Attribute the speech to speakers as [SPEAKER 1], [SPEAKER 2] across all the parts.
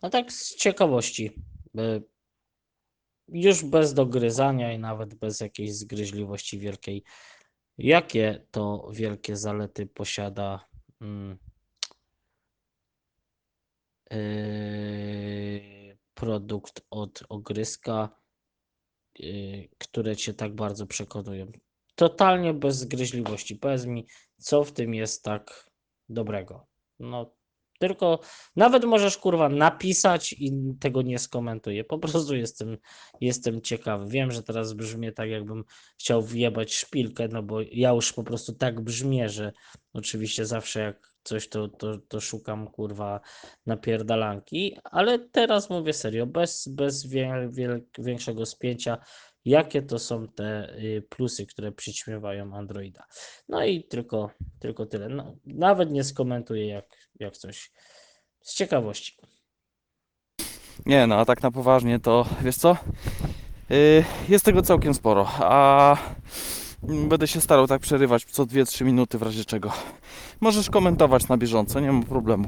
[SPEAKER 1] A tak z ciekawości, y, już bez dogryzania i nawet bez jakiejś zgryźliwości wielkiej, jakie to wielkie zalety posiada mm, produkt od Ogryska, które cię tak bardzo przekonują? Totalnie bez zgryźliwości. Powiedz mi, co w tym jest tak dobrego? No, tylko nawet możesz kurwa napisać i tego nie skomentuję. Po prostu jestem ciekawy. Wiem, że teraz brzmię tak, jakbym chciał wjebać szpilkę, no bo ja już po prostu tak brzmię, że oczywiście zawsze jak coś to szukam kurwa napierdalanki, ale teraz mówię serio, bez większego spięcia, jakie to są te plusy, które przyćmiewają Androida. No i tylko tyle. No, nawet nie skomentuję jak coś. Z ciekawości.
[SPEAKER 2] Nie no, a tak na poważnie to, wiesz co? Jest tego całkiem sporo, a będę się starał tak przerywać co 2-3 minuty w razie czego. Możesz komentować na bieżąco, nie ma problemu.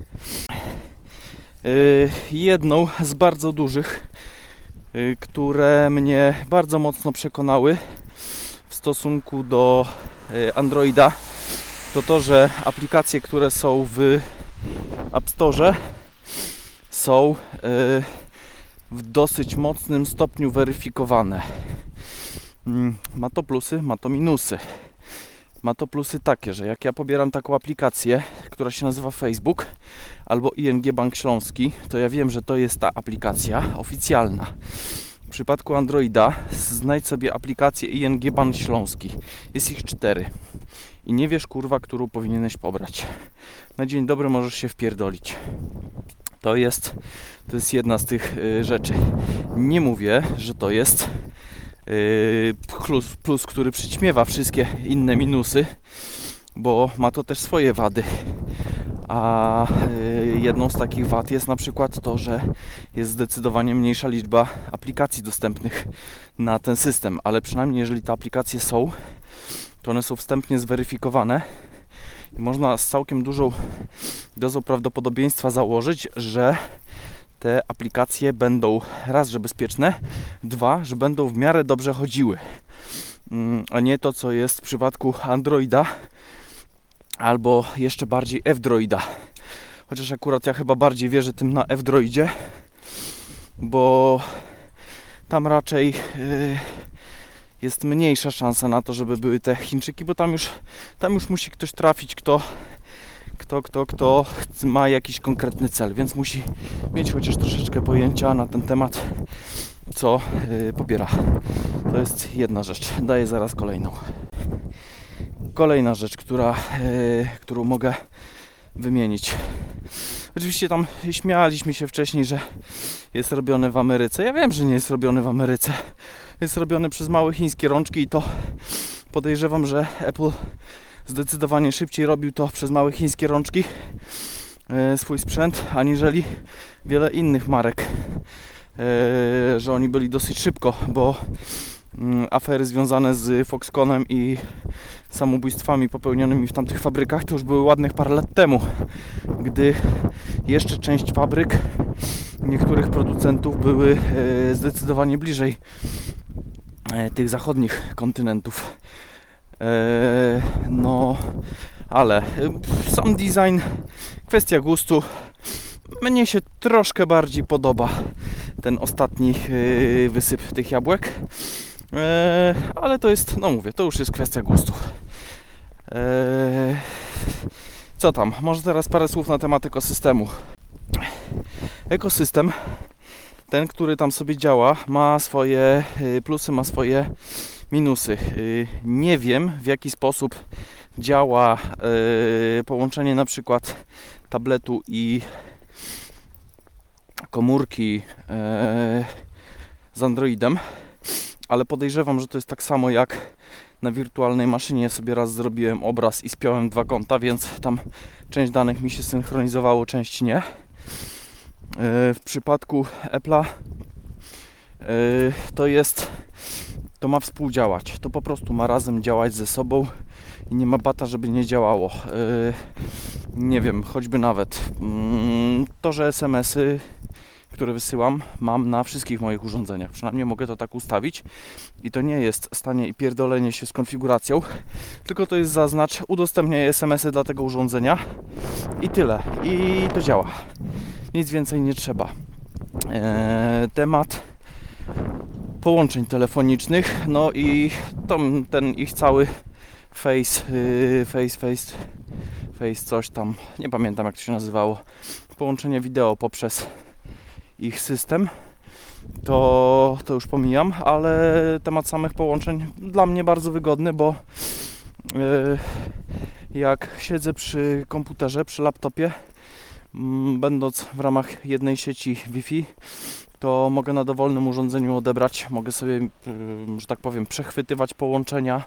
[SPEAKER 2] Jedną z bardzo dużych, które mnie bardzo mocno przekonały w stosunku do Androida, to, że aplikacje, które są w App Store, są w dosyć mocnym stopniu weryfikowane. Ma to plusy, ma to minusy. Ma to plusy takie, że jak ja pobieram taką aplikację, która się nazywa Facebook albo ING Bank Śląski, to ja wiem, że to jest ta aplikacja oficjalna. W przypadku Androida znajdź sobie aplikację ING Bank Śląski. Jest ich 4. I nie wiesz kurwa, którą powinieneś pobrać. Na dzień dobry możesz się wpierdolić. To jest jedna z tych rzeczy. Nie mówię, że to jest plus, który przyćmiewa wszystkie inne minusy, bo ma to też swoje wady. A jedną z takich wad jest na przykład to, że jest zdecydowanie mniejsza liczba aplikacji dostępnych na ten system, ale przynajmniej jeżeli te aplikacje są, to one są wstępnie zweryfikowane i można z całkiem dużą dozą prawdopodobieństwa założyć, że te aplikacje będą raz, że bezpieczne, dwa, że będą w miarę dobrze chodziły, a nie to, co jest w przypadku Androida albo jeszcze bardziej F-Droida. Chociaż akurat ja chyba bardziej wierzę tym na F-Droidzie, bo tam raczej jest mniejsza szansa na to, żeby były te Chińczyki, bo tam już musi ktoś trafić, kto ma jakiś konkretny cel, więc musi mieć chociaż troszeczkę pojęcia na ten temat, co pobiera. To jest jedna rzecz. Daję zaraz kolejną. Kolejna rzecz, którą mogę wymienić. Oczywiście tam śmialiśmy się wcześniej, że jest robione w Ameryce. Ja wiem, że nie jest robione w Ameryce. Jest robione przez małe chińskie rączki i to podejrzewam, że Apple zdecydowanie szybciej robił to przez małe chińskie rączki swój sprzęt, aniżeli wiele innych marek. Że oni byli dosyć szybko, bo afery związane z Foxconnem i samobójstwami popełnionymi w tamtych fabrykach to już były ładnych parę lat temu, gdy jeszcze część fabryk niektórych producentów były zdecydowanie bliżej tych zachodnich kontynentów. No, ale sam design, kwestia gustu. Mnie się troszkę bardziej podoba ten ostatni wysyp tych jabłek, ale to jest, no mówię, to już jest kwestia gustu. Co tam? Może teraz parę słów na temat ekosystemu. Ekosystem, ten, który tam sobie działa, ma swoje plusy, ma swoje minusy. Nie wiem, w jaki sposób działa połączenie na przykład tabletu i komórki z Androidem, ale podejrzewam, że to jest tak samo jak na wirtualnej maszynie. Sobie raz zrobiłem obraz i spiąłem 2 konta, więc tam część danych mi się synchronizowało, część nie. W przypadku Apple'a to ma współdziałać. To po prostu ma razem działać ze sobą i nie ma bata, żeby nie działało. nie wiem, choćby nawet to, że SMS-y, które wysyłam, mam na wszystkich moich urządzeniach. Przynajmniej mogę to tak ustawić i to nie jest stanie i pierdolenie się z konfiguracją, tylko to jest zaznacz, udostępniaj SMS-y dla tego urządzenia i tyle. I to działa. Nic więcej nie trzeba. Temat połączeń telefonicznych, no i ten ich cały face coś tam, nie pamiętam jak to się nazywało, połączenie wideo poprzez ich system, to już pomijam, ale temat samych połączeń dla mnie bardzo wygodny, bo jak siedzę przy komputerze, przy laptopie, będąc w ramach jednej sieci Wi-Fi, to mogę na dowolnym urządzeniu odebrać, mogę sobie, że tak powiem, przechwytywać połączenia.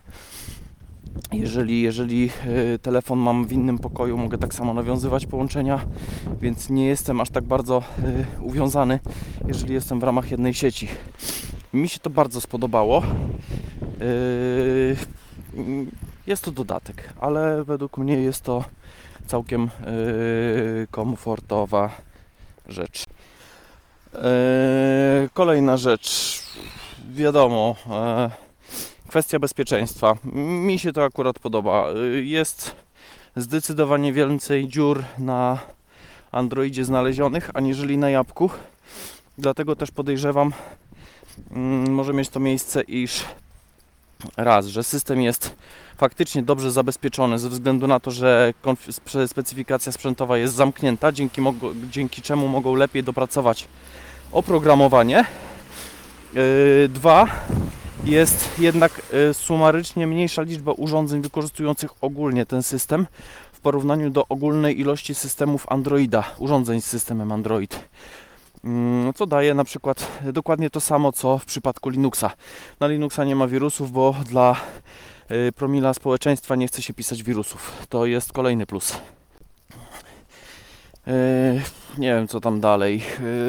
[SPEAKER 2] Jeżeli telefon mam w innym pokoju, mogę tak samo nawiązywać połączenia, więc nie jestem aż tak bardzo uwiązany, jeżeli jestem w ramach jednej sieci. Mi się to bardzo spodobało. Jest to dodatek, ale według mnie jest to całkiem komfortowa rzecz. Kolejna rzecz, wiadomo, kwestia bezpieczeństwa. Mi się to akurat podoba. Jest zdecydowanie więcej dziur na Androidzie znalezionych, aniżeli na jabłku. Dlatego też podejrzewam, może mieć to miejsce, iż raz, że system jest faktycznie dobrze zabezpieczony ze względu na to, że specyfikacja sprzętowa jest zamknięta, dzięki czemu mogą lepiej dopracować oprogramowanie. Dwa, jest jednak sumarycznie mniejsza liczba urządzeń wykorzystujących ogólnie ten system w porównaniu do ogólnej ilości systemów Androida, urządzeń z systemem Android. Co daje na przykład dokładnie to samo, co w przypadku Linuxa. Na Linuxa nie ma wirusów, bo dla promila społeczeństwa nie chce się pisać wirusów. To jest kolejny plus. Nie wiem, co tam dalej.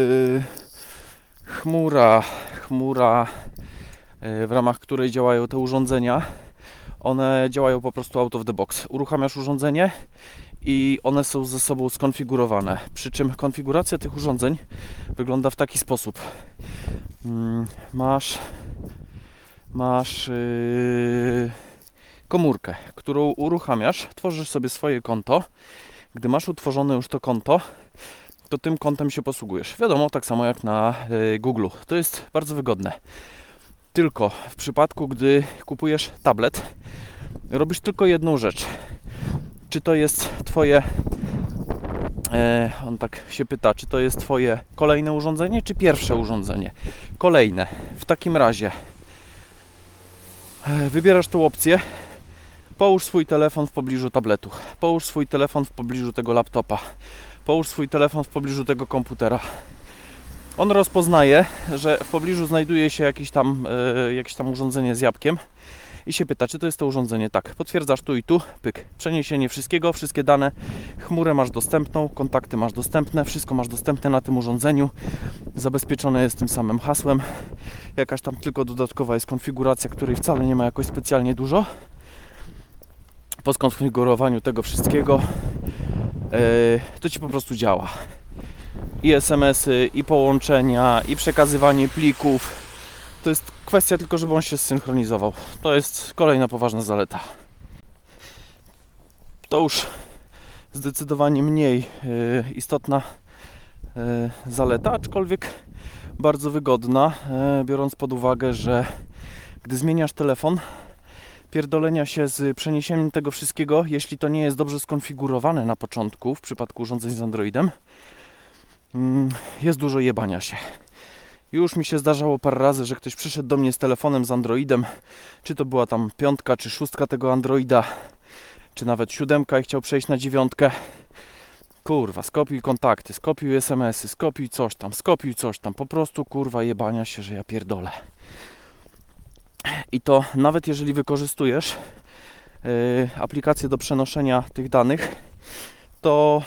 [SPEAKER 2] Chmura, w ramach której działają te urządzenia, one działają po prostu out of the box. Uruchamiasz urządzenie i one są ze sobą skonfigurowane. Przy czym konfiguracja tych urządzeń wygląda w taki sposób. Masz komórkę, którą uruchamiasz, tworzysz sobie swoje konto. Gdy masz utworzone już to konto, to tym kontem się posługujesz. Wiadomo, tak samo jak na Google. To jest bardzo wygodne. Tylko w przypadku, gdy kupujesz tablet, robisz tylko jedną rzecz. Czy to jest Twoje, on tak się pyta, czy to jest Twoje kolejne urządzenie, czy pierwsze urządzenie? Kolejne. W takim razie wybierasz tą opcję, połóż swój telefon w pobliżu tabletu, połóż swój telefon w pobliżu tego laptopa, połóż swój telefon w pobliżu tego komputera. On rozpoznaje, że w pobliżu znajduje się jakieś tam urządzenie z jabłkiem i się pyta, czy to jest to urządzenie. Tak, potwierdzasz tu i tu, pyk, przeniesienie wszystkiego, wszystkie dane, chmurę masz dostępną, kontakty masz dostępne, wszystko masz dostępne na tym urządzeniu, zabezpieczone jest tym samym hasłem, jakaś tam tylko dodatkowa jest konfiguracja, której wcale nie ma jakoś specjalnie dużo. Po skonfigurowaniu tego wszystkiego to Ci po prostu działa. I SMS-y, i połączenia, i przekazywanie plików. To jest kwestia tylko, żeby on się zsynchronizował. To jest kolejna poważna zaleta. To już zdecydowanie mniej istotna zaleta, aczkolwiek bardzo wygodna, biorąc pod uwagę, że gdy zmieniasz telefon, pierdolenia się z przeniesieniem tego wszystkiego, jeśli to nie jest dobrze skonfigurowane na początku, w przypadku urządzeń z Androidem, jest dużo jebania się. Już mi się zdarzało parę razy, że ktoś przyszedł do mnie z telefonem z Androidem, czy to była tam 5 czy 6 tego Androida, czy nawet 7 i chciał przejść na 9. Kurwa, skopiuj kontakty, skopiuj SMS-y, skopiuj coś tam, po prostu kurwa jebania się, że ja pierdolę. I to nawet jeżeli wykorzystujesz aplikację do przenoszenia tych danych, to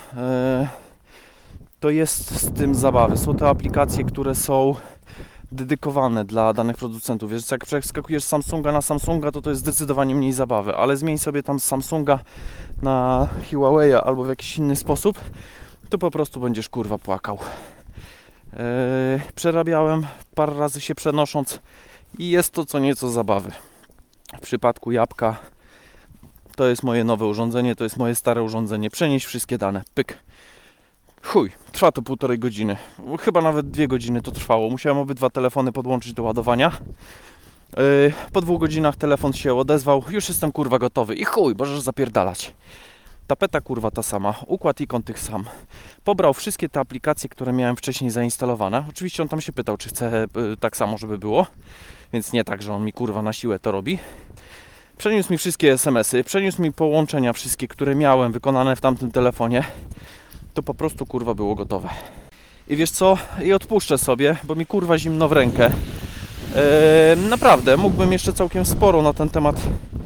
[SPEAKER 2] jest z tym zabawy. Są to aplikacje, które są dedykowane dla danych producentów. Wiesz, jak przeskakujesz z Samsunga na Samsunga, to jest zdecydowanie mniej zabawy, ale zmień sobie tam z Samsunga na Huawei'a albo w jakiś inny sposób, to po prostu będziesz kurwa płakał. Przerabiałem parę razy się przenosząc i jest to co nieco zabawy. W przypadku jabłka to jest moje nowe urządzenie, to jest moje stare urządzenie. Przenieść wszystkie dane, pyk. Chuj, trwa to 1,5 godziny. Chyba nawet 2 godziny to trwało. Musiałem obydwa telefony podłączyć do ładowania. Po 2 godzinach telefon się odezwał. Już jestem kurwa gotowy. I chuj, możesz zapierdalać. Tapeta kurwa ta sama. Układ ikon tych sam. Pobrał wszystkie te aplikacje, które miałem wcześniej zainstalowane. Oczywiście on tam się pytał, czy chce tak samo, żeby było. Więc nie tak, że on mi kurwa na siłę to robi. Przeniósł mi wszystkie SMS-y. Przeniósł mi połączenia wszystkie, które miałem wykonane w tamtym telefonie. To po prostu kurwa było gotowe. I wiesz co? I odpuszczę sobie, bo mi kurwa zimno w rękę. Naprawdę, mógłbym jeszcze całkiem sporo na ten temat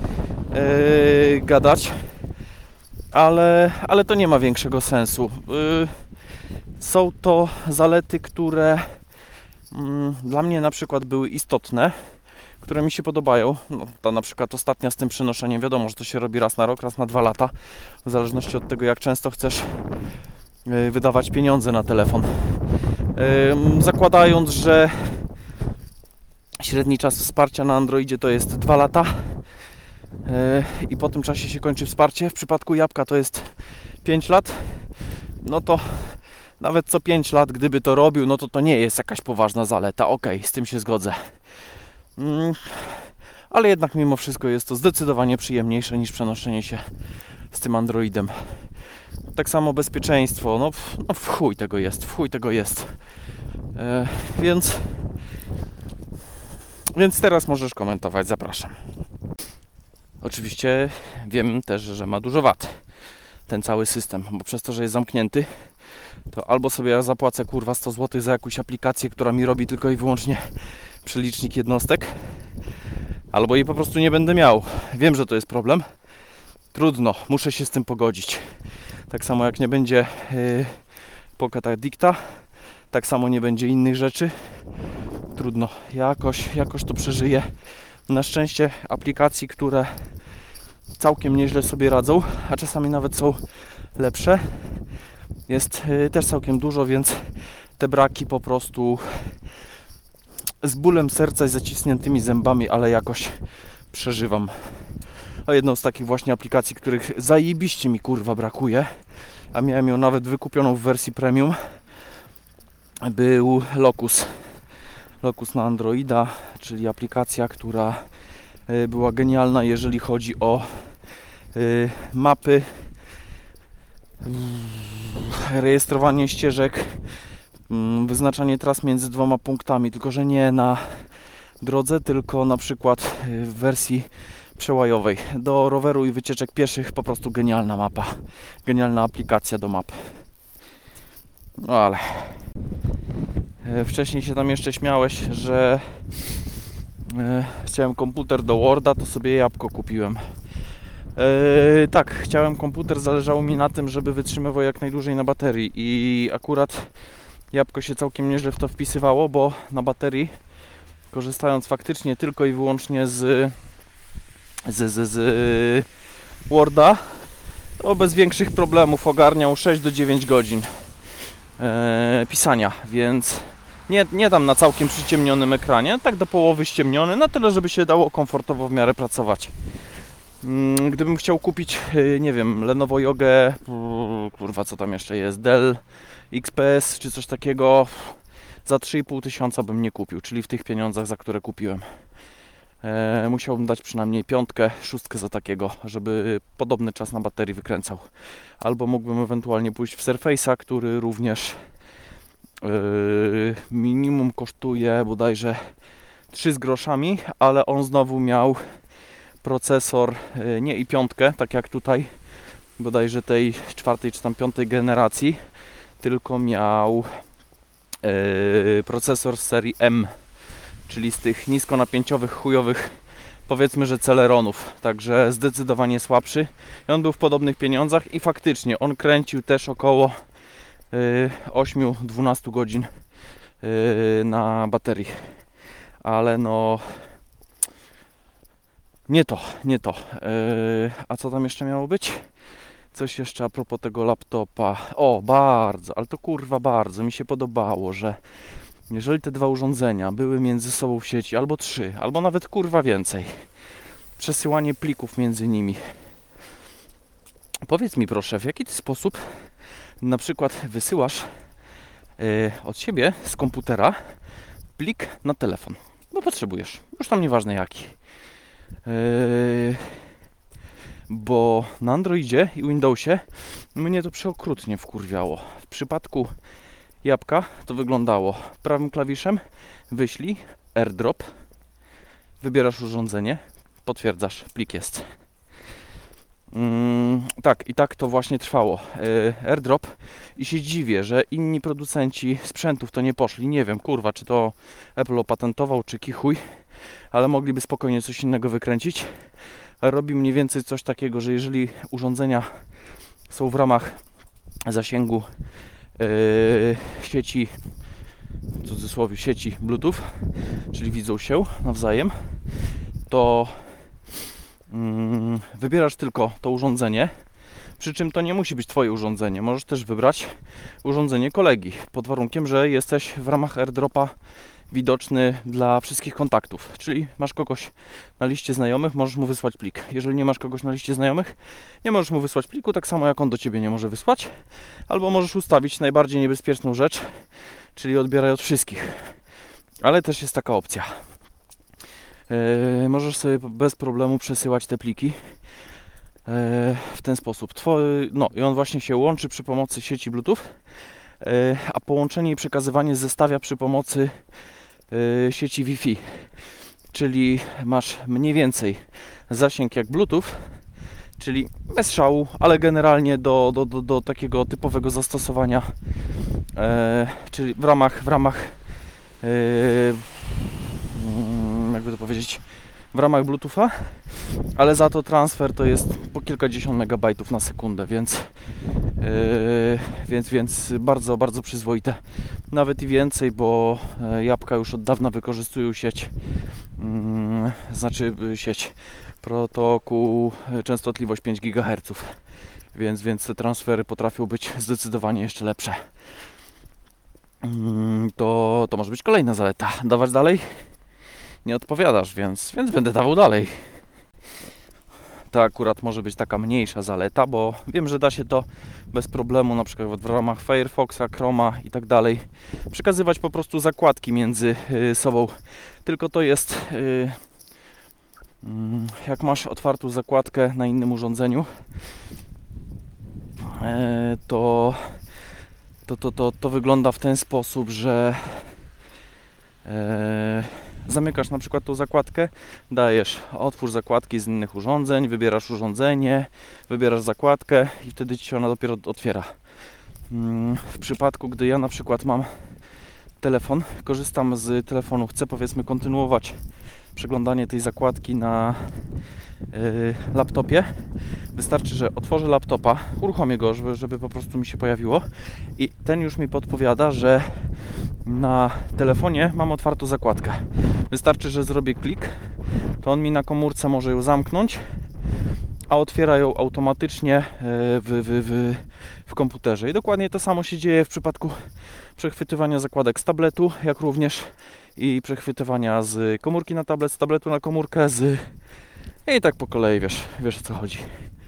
[SPEAKER 2] gadać, ale to nie ma większego sensu. Są to zalety, które dla mnie na przykład były istotne, które mi się podobają. No, ta na przykład ostatnia z tym przenoszeniem, wiadomo, że to się robi raz na rok, raz na 2 lata, w zależności od tego, jak często chcesz wydawać pieniądze na telefon. Zakładając, że średni czas wsparcia na Androidzie to jest 2 lata i po tym czasie się kończy wsparcie. W przypadku jabłka to jest 5 lat. No to nawet co 5 lat, gdyby to robił, no to nie jest jakaś poważna zaleta. Okej, z tym się zgodzę. Ale jednak mimo wszystko jest to zdecydowanie przyjemniejsze niż przenoszenie się z tym Androidem. Tak samo bezpieczeństwo, no w chuj tego jest, w chuj tego jest. Więc teraz możesz komentować, zapraszam. Oczywiście wiem też, że ma dużo wad ten cały system, bo przez to, że jest zamknięty, to albo sobie ja zapłacę kurwa 100 zł za jakąś aplikację, która mi robi tylko i wyłącznie przelicznik jednostek, albo jej po prostu nie będę miał. Wiem, że to jest problem. Trudno, muszę się z tym pogodzić. Tak samo jak nie będzie Pocket Addicta, tak samo nie będzie innych rzeczy. Trudno, jakoś to przeżyję. Na szczęście aplikacji, które całkiem nieźle sobie radzą, a czasami nawet są lepsze, jest też całkiem dużo, więc te braki po prostu z bólem serca i zacisniętymi zębami, ale jakoś przeżywam. A jedną z takich właśnie aplikacji, których zajebiście mi kurwa brakuje, a miałem ją nawet wykupioną w wersji premium, był Locus. Locus na Androida, czyli aplikacja, która była genialna, jeżeli chodzi o mapy, rejestrowanie ścieżek, wyznaczanie tras między 2 punktami, tylko że nie na drodze, tylko na przykład w wersji przełajowej. Do roweru i wycieczek pieszych po prostu genialna mapa, genialna aplikacja do map. No ale wcześniej się tam jeszcze śmiałeś, że chciałem komputer do Worda, to sobie jabłko kupiłem. Tak, chciałem komputer, zależało mi na tym, żeby wytrzymywał jak najdłużej na baterii i akurat jabłko się całkiem nieźle w to wpisywało, bo na baterii, korzystając faktycznie tylko i wyłącznie z Worda, to bez większych problemów ogarniał 6 do 9 godzin pisania, więc nie tam na całkiem przyciemnionym ekranie, tak do połowy ściemniony, na tyle, żeby się dało komfortowo w miarę pracować. Gdybym chciał kupić, nie wiem, Lenovo Yogę, kurwa co tam jeszcze jest, Dell XPS czy coś takiego, za 3,5 tysiąca bym nie kupił, czyli w tych pieniądzach, za które kupiłem. Musiałbym dać przynajmniej 5, 6 za takiego, żeby podobny czas na baterii wykręcał. Albo mógłbym ewentualnie pójść w Surface'a, który również minimum kosztuje bodajże 3 z groszami, ale on znowu miał procesor nie i5, tak jak tutaj, bodajże tej 4. czy tam 5. generacji, tylko miał procesor z serii M, czyli z tych niskonapięciowych, chujowych, powiedzmy, że Celeronów, także zdecydowanie słabszy. I on był w podobnych pieniądzach i faktycznie on kręcił też około 8-12 godzin na baterii, ale no nie to. A co tam jeszcze miało być? Coś jeszcze a propos tego laptopa. O, bardzo, ale to kurwa bardzo mi się podobało, że jeżeli te dwa urządzenia były między sobą w sieci, albo 3, albo nawet kurwa więcej, przesyłanie plików między nimi. Powiedz mi proszę, w jaki ty sposób na przykład wysyłasz od siebie z komputera plik na telefon? Bo potrzebujesz, już tam nieważne jaki. Bo na Androidzie i Windowsie mnie to przeokrutnie wkurwiało. W przypadku Jabłka to wyglądało prawym klawiszem wyślij, airdrop, wybierasz urządzenie, potwierdzasz, plik jest. Tak, i tak to właśnie trwało. Airdrop i się dziwię, że inni producenci sprzętów to nie poszli. Nie wiem, kurwa, czy to Apple opatentował, czy kichuj, ale mogliby spokojnie coś innego wykręcić. Robi mniej więcej coś takiego, że jeżeli urządzenia są w ramach zasięgu sieci, w cudzysłowie sieci Bluetooth, czyli widzą się nawzajem, to wybierasz tylko to urządzenie, przy czym to nie musi być Twoje urządzenie. Możesz też wybrać urządzenie kolegi, pod warunkiem, że jesteś w ramach airdropa widoczny dla wszystkich kontaktów. Czyli masz kogoś na liście znajomych, możesz mu wysłać plik. Jeżeli nie masz kogoś na liście znajomych, nie możesz mu wysłać pliku, tak samo jak on do Ciebie nie może wysłać. Albo możesz ustawić najbardziej niebezpieczną rzecz, czyli odbieraj od wszystkich. Ale też jest taka opcja. Możesz sobie bez problemu przesyłać te pliki w ten sposób. No i on właśnie się łączy przy pomocy sieci Bluetooth, a połączenie i przekazywanie zestawia przy pomocy sieci Wi-Fi. Czyli masz mniej więcej zasięg jak Bluetooth, czyli bez szału, ale generalnie do takiego typowego zastosowania, czyli w ramach jakby to powiedzieć, w ramach Bluetootha, ale za to transfer to jest po kilkadziesiąt megabajtów na sekundę, więc bardzo, bardzo przyzwoite. Nawet i więcej, bo Jabłka już od dawna wykorzystują sieć, sieć protokół, częstotliwość 5 GHz, więc te transfery potrafią być zdecydowanie jeszcze lepsze. To może być kolejna zaleta. Dawać dalej? Nie odpowiadasz, więc będę dawał dalej. To akurat może być taka mniejsza zaleta, bo wiem, że da się to bez problemu, na przykład w ramach Firefoxa, Chroma i tak dalej, przekazywać po prostu zakładki między sobą. Tylko to jest, jak masz otwartą zakładkę na innym urządzeniu, to wygląda w ten sposób, że zamykasz na przykład tą zakładkę, dajesz otwórz zakładki z innych urządzeń, wybierasz urządzenie, wybierasz zakładkę i wtedy ci się ona dopiero otwiera. W przypadku, gdy ja na przykład mam telefon, korzystam z telefonu, chcę powiedzmy kontynuować przeglądanie tej zakładki na laptopie, wystarczy, że otworzę laptopa, uruchomię go, żeby po prostu mi się pojawiło i ten już mi podpowiada, że na telefonie mam otwartą zakładkę. Wystarczy, że zrobię klik, to on mi na komórce może ją zamknąć, a otwiera ją automatycznie w komputerze. I dokładnie to samo się dzieje w przypadku przechwytywania zakładek z tabletu, jak również i przechwytywania z komórki na tablet, z tabletu na komórkę, i tak po kolei, wiesz o co chodzi.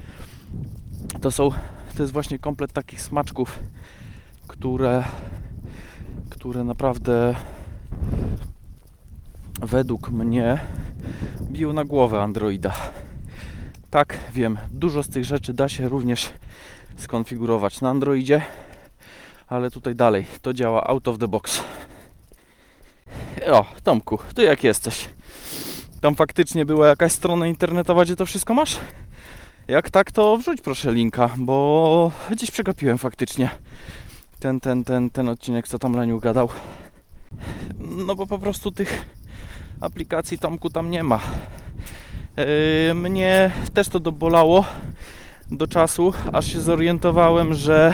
[SPEAKER 2] To jest właśnie komplet takich smaczków, które naprawdę według mnie biją na głowę Androida. Tak, wiem, dużo z tych rzeczy da się również skonfigurować na Androidzie, ale tutaj dalej to działa out of the box. O, Tomku, ty jak jesteś? Tam faktycznie była jakaś strona internetowa, gdzie to wszystko masz? Jak tak, to wrzuć proszę linka, bo gdzieś przegapiłem faktycznie ten odcinek, co tam Leniu gadał. No bo po prostu tych aplikacji, Tomku, tam nie ma. Mnie też to dobolało do czasu, aż się zorientowałem, że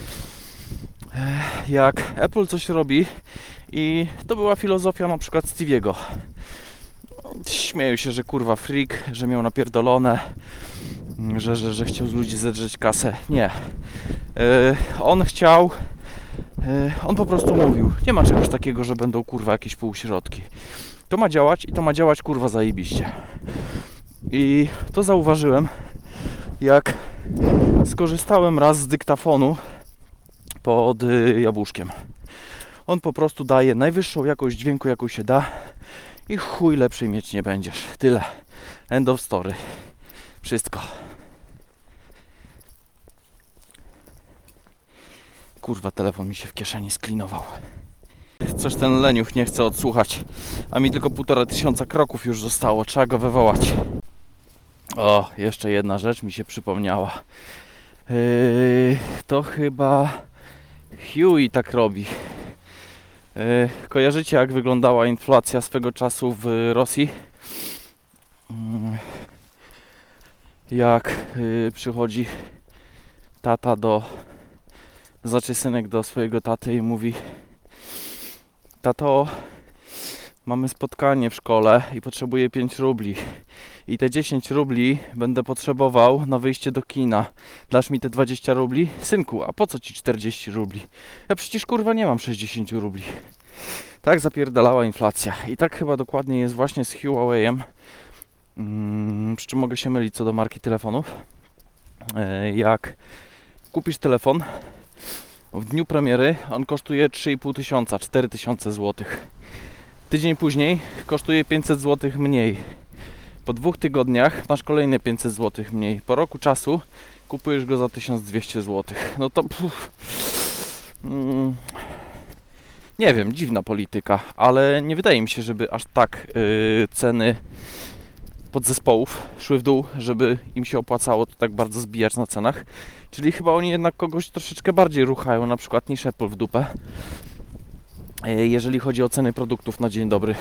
[SPEAKER 2] jak Apple coś robi i to była filozofia na przykład Stevie'ego. Śmieją się, że kurwa freak, że miał napierdolone, że chciał z ludzi zedrzeć kasę. Nie. On chciał, on po prostu mówił, nie ma czegoś takiego, że będą kurwa jakieś półśrodki. To ma działać i to ma działać kurwa zajebiście. I to zauważyłem, jak skorzystałem raz z dyktafonu pod Jabłuszkiem. On po prostu daje najwyższą jakość dźwięku, jaką się da i chuj lepszej mieć nie będziesz. Tyle. End of story. Wszystko. Kurwa, telefon mi się w kieszeni sklinował. Coś ten leniuch nie chce odsłuchać, a mi tylko 1500 kroków już zostało. Trzeba go wywołać. O, jeszcze jedna rzecz mi się przypomniała. To chyba Huey tak robi. Kojarzycie, jak wyglądała inflacja swego czasu w Rosji? Jak przychodzi tata znaczy synek do swojego taty i mówi: tato, mamy spotkanie w szkole i potrzebuję 5 rubli. I te 10 rubli będę potrzebował na wyjście do kina. Dasz mi te 20 rubli? Synku, a po co ci 40 rubli? Ja przecież kurwa nie mam 60 rubli. Tak zapierdalała inflacja. I tak chyba dokładnie jest właśnie z Huawei'em. Przy czym mogę się mylić co do marki telefonów. Jak kupisz telefon, w dniu premiery on kosztuje 3,5 tysiąca, 4000 zł. Tydzień później kosztuje 500 zł mniej. Po 2 tygodniach masz kolejne 500 zł mniej. Po roku czasu kupujesz go za 1200 zł. No to nie wiem, dziwna polityka, ale nie wydaje mi się, żeby aż tak ceny podzespołów szły w dół, żeby im się opłacało to tak bardzo zbijać na cenach. Czyli chyba oni jednak kogoś troszeczkę bardziej ruchają, na przykład niż Apple w dupę, jeżeli chodzi o ceny produktów na dzień dobry.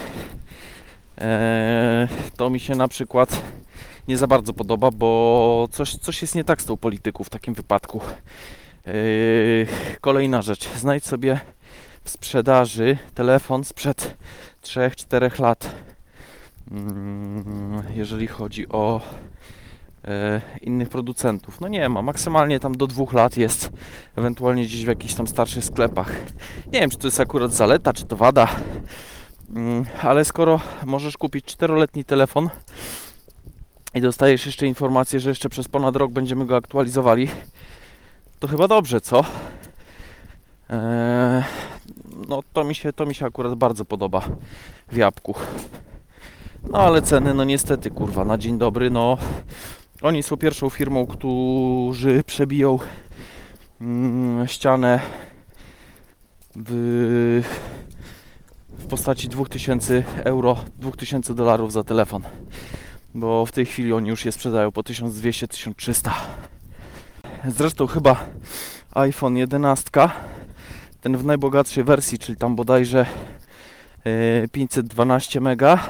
[SPEAKER 2] To mi się na przykład nie za bardzo podoba, bo coś jest nie tak z tą polityką w takim wypadku. Kolejna rzecz. Znajdź sobie w sprzedaży telefon sprzed 3-4 lat. Jeżeli chodzi o innych producentów. No nie ma, maksymalnie tam do 2 lat jest, ewentualnie gdzieś w jakichś tam starszych sklepach. Nie wiem, czy to jest akurat zaleta, czy to wada, ale skoro możesz kupić 4-letni telefon i dostajesz jeszcze informację, że jeszcze przez ponad rok będziemy go aktualizowali, to chyba dobrze, co? No to mi się akurat bardzo podoba w jabłku. No ale ceny, no niestety, kurwa, na dzień dobry, no oni są pierwszą firmą, którzy przebiją ścianę w postaci 2000 euro, 2000 dolarów za telefon. Bo w tej chwili oni już je sprzedają po 1200-1300. Zresztą chyba iPhone 11, ten w najbogatszej wersji, czyli tam bodajże 512 mega,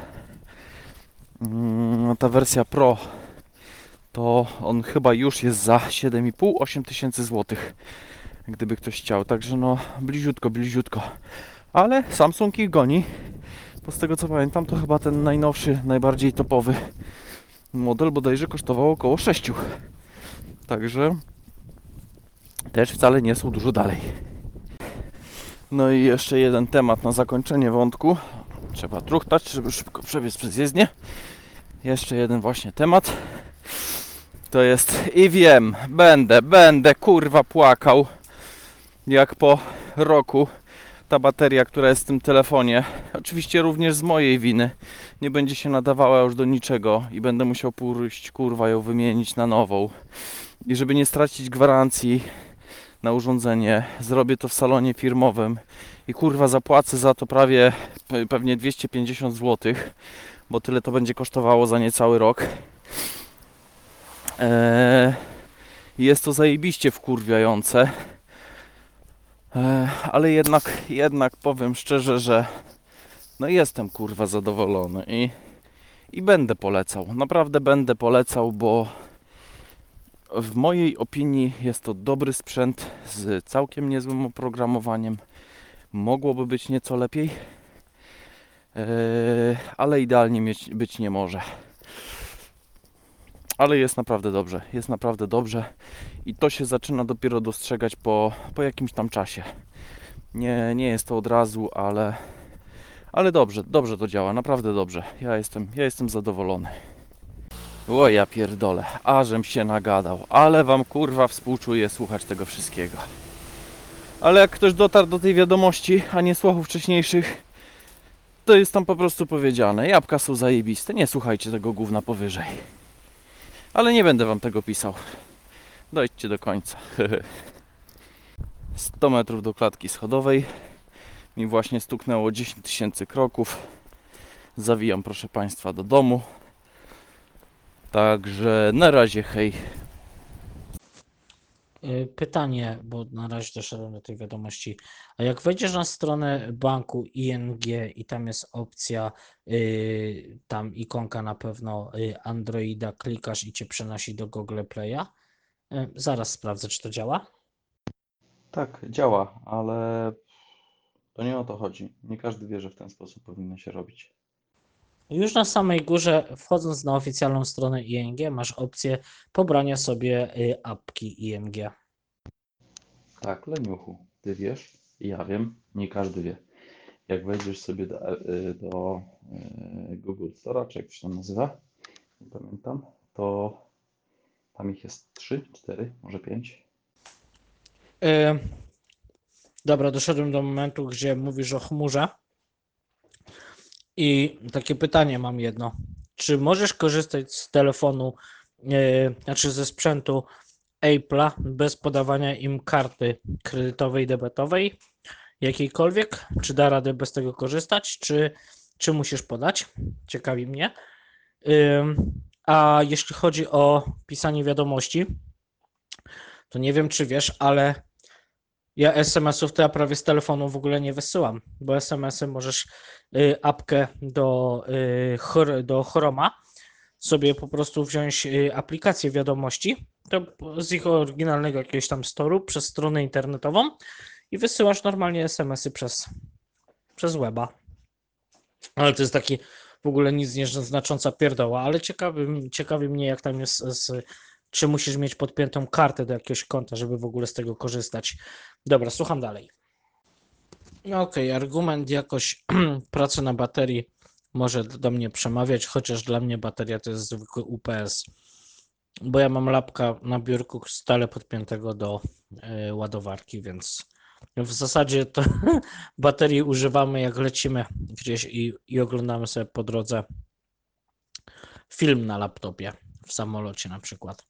[SPEAKER 2] ta wersja Pro, to on chyba już jest za 7,5-8 tysięcy złotych, gdyby ktoś chciał. Także no bliziutko. Ale Samsung ich goni. Bo z tego co pamiętam, to chyba ten najnowszy, najbardziej topowy model bodajże kosztował około 6. Także też wcale nie są dużo dalej. No i jeszcze jeden temat na zakończenie wątku. Trzeba truchtać, żeby szybko przebiec przez jezdnię. Jeszcze jeden właśnie temat. To jest i wiem, będę kurwa płakał, jak po roku ta bateria, która jest w tym telefonie, oczywiście również z mojej winy, nie będzie się nadawała już do niczego i będę musiał pójść kurwa ją wymienić na nową. I żeby nie stracić gwarancji na urządzenie, zrobię to w salonie firmowym i kurwa zapłacę za to pewnie 250 zł, bo tyle to będzie kosztowało za niecały rok. Jest to zajebiście wkurwiające, ale jednak powiem szczerze, że no jestem kurwa zadowolony i będę polecał, naprawdę będę polecał, bo w mojej opinii jest to dobry sprzęt z całkiem niezłym oprogramowaniem. Mogłoby być nieco lepiej, ale idealnie być nie może. ale jest naprawdę dobrze. Jest naprawdę dobrze i to się zaczyna dopiero dostrzegać po jakimś tam czasie. Nie jest to od razu, ale dobrze to działa, naprawdę dobrze. Ja jestem zadowolony. O ja pierdolę, ażem się nagadał, ale wam kurwa współczuję słuchać tego wszystkiego. Ale jak ktoś dotarł do tej wiadomości, a nie słuchał wcześniejszych, to jest tam po prostu powiedziane. Jabłka są zajebiste, nie słuchajcie tego gówna powyżej. Ale nie będę wam tego pisał. Dojdźcie do końca. 100 metrów do klatki schodowej. Mi właśnie stuknęło 10 tysięcy kroków. Zawijam, proszę Państwa, do domu. Także na razie, hej.
[SPEAKER 1] Pytanie, bo na razie doszedłem do tej wiadomości. A jak wejdziesz na stronę banku ING i tam jest opcja, tam ikonka na pewno Androida, klikasz i cię przenosi do Google Play'a. Zaraz sprawdzę, czy to działa.
[SPEAKER 2] Tak, działa, ale to nie o to chodzi. Nie każdy wie, że w ten sposób powinno się robić.
[SPEAKER 1] Już na samej górze, wchodząc na oficjalną stronę ING, masz opcję pobrania sobie apki ING.
[SPEAKER 2] Tak, leniuchu, ty wiesz, ja wiem, nie każdy wie. Jak wejdziesz sobie do Google Store'a, czy jak to się tam nazywa, nie pamiętam, to tam ich jest 3, 4, może 5.
[SPEAKER 1] Y, Dobra, doszedłem do momentu, gdzie mówisz o chmurze. I takie pytanie mam jedno. Czy możesz korzystać z telefonu, znaczy ze sprzętu Apple'a bez podawania im karty kredytowej, debetowej, jakiejkolwiek? Czy da radę bez tego korzystać, czy musisz podać? Ciekawi mnie. A jeśli chodzi o pisanie wiadomości, to nie wiem, czy wiesz, ale ja SMS-ów to ja prawie z telefonu w ogóle nie wysyłam, bo SMS-y możesz apkę do Chroma sobie po prostu wziąć aplikację wiadomości to z ich oryginalnego jakiegoś tam storu przez stronę internetową i wysyłasz normalnie SMS-y przez weba. Ale to jest taki w ogóle nic nieznacząca pierdoła, ale ciekawi mnie jak tam jest czy musisz mieć podpiętą kartę do jakiegoś konta, żeby w ogóle z tego korzystać. Dobra, słucham dalej. Okej, argument jakoś pracy na baterii może do mnie przemawiać, chociaż dla mnie bateria to jest zwykły UPS, bo ja mam lapka na biurku stale podpiętego do ładowarki, więc w zasadzie to baterii używamy jak lecimy gdzieś i oglądamy sobie po drodze film na laptopie, w samolocie na przykład.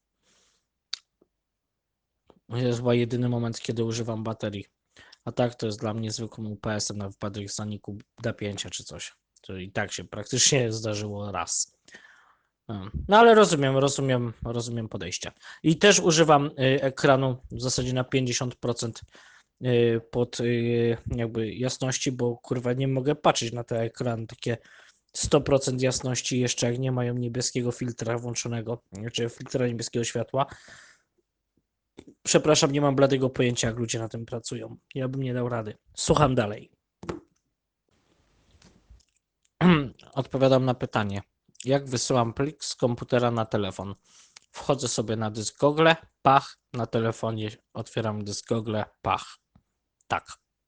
[SPEAKER 1] To jest chyba jedyny moment, kiedy używam baterii. A tak to jest dla mnie zwykłym UPS-em na wypadek zaniku napięcia czy coś. To i tak się praktycznie zdarzyło raz. No ale rozumiem podejście. I też używam ekranu w zasadzie na 50% pod jakby jasności, bo kurwa nie mogę patrzeć na te ekrany takie 100% jasności jeszcze jak nie mają niebieskiego filtra włączonego, czy filtra niebieskiego światła. Przepraszam, nie mam bladego pojęcia, jak ludzie na tym pracują. Ja bym nie dał rady. Słucham dalej. Odpowiadam na pytanie. Jak wysyłam plik z komputera na telefon? Wchodzę sobie na dysk Google, pach, na telefonie otwieram dysk Google, pach. Tak.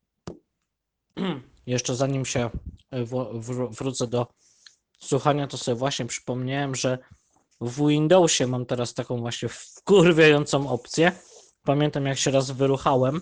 [SPEAKER 1] Jeszcze zanim się wrócę do słuchania, to sobie właśnie przypomniałem, że w Windowsie mam teraz taką właśnie wkurwiającą opcję. Pamiętam, jak się raz wyruchałem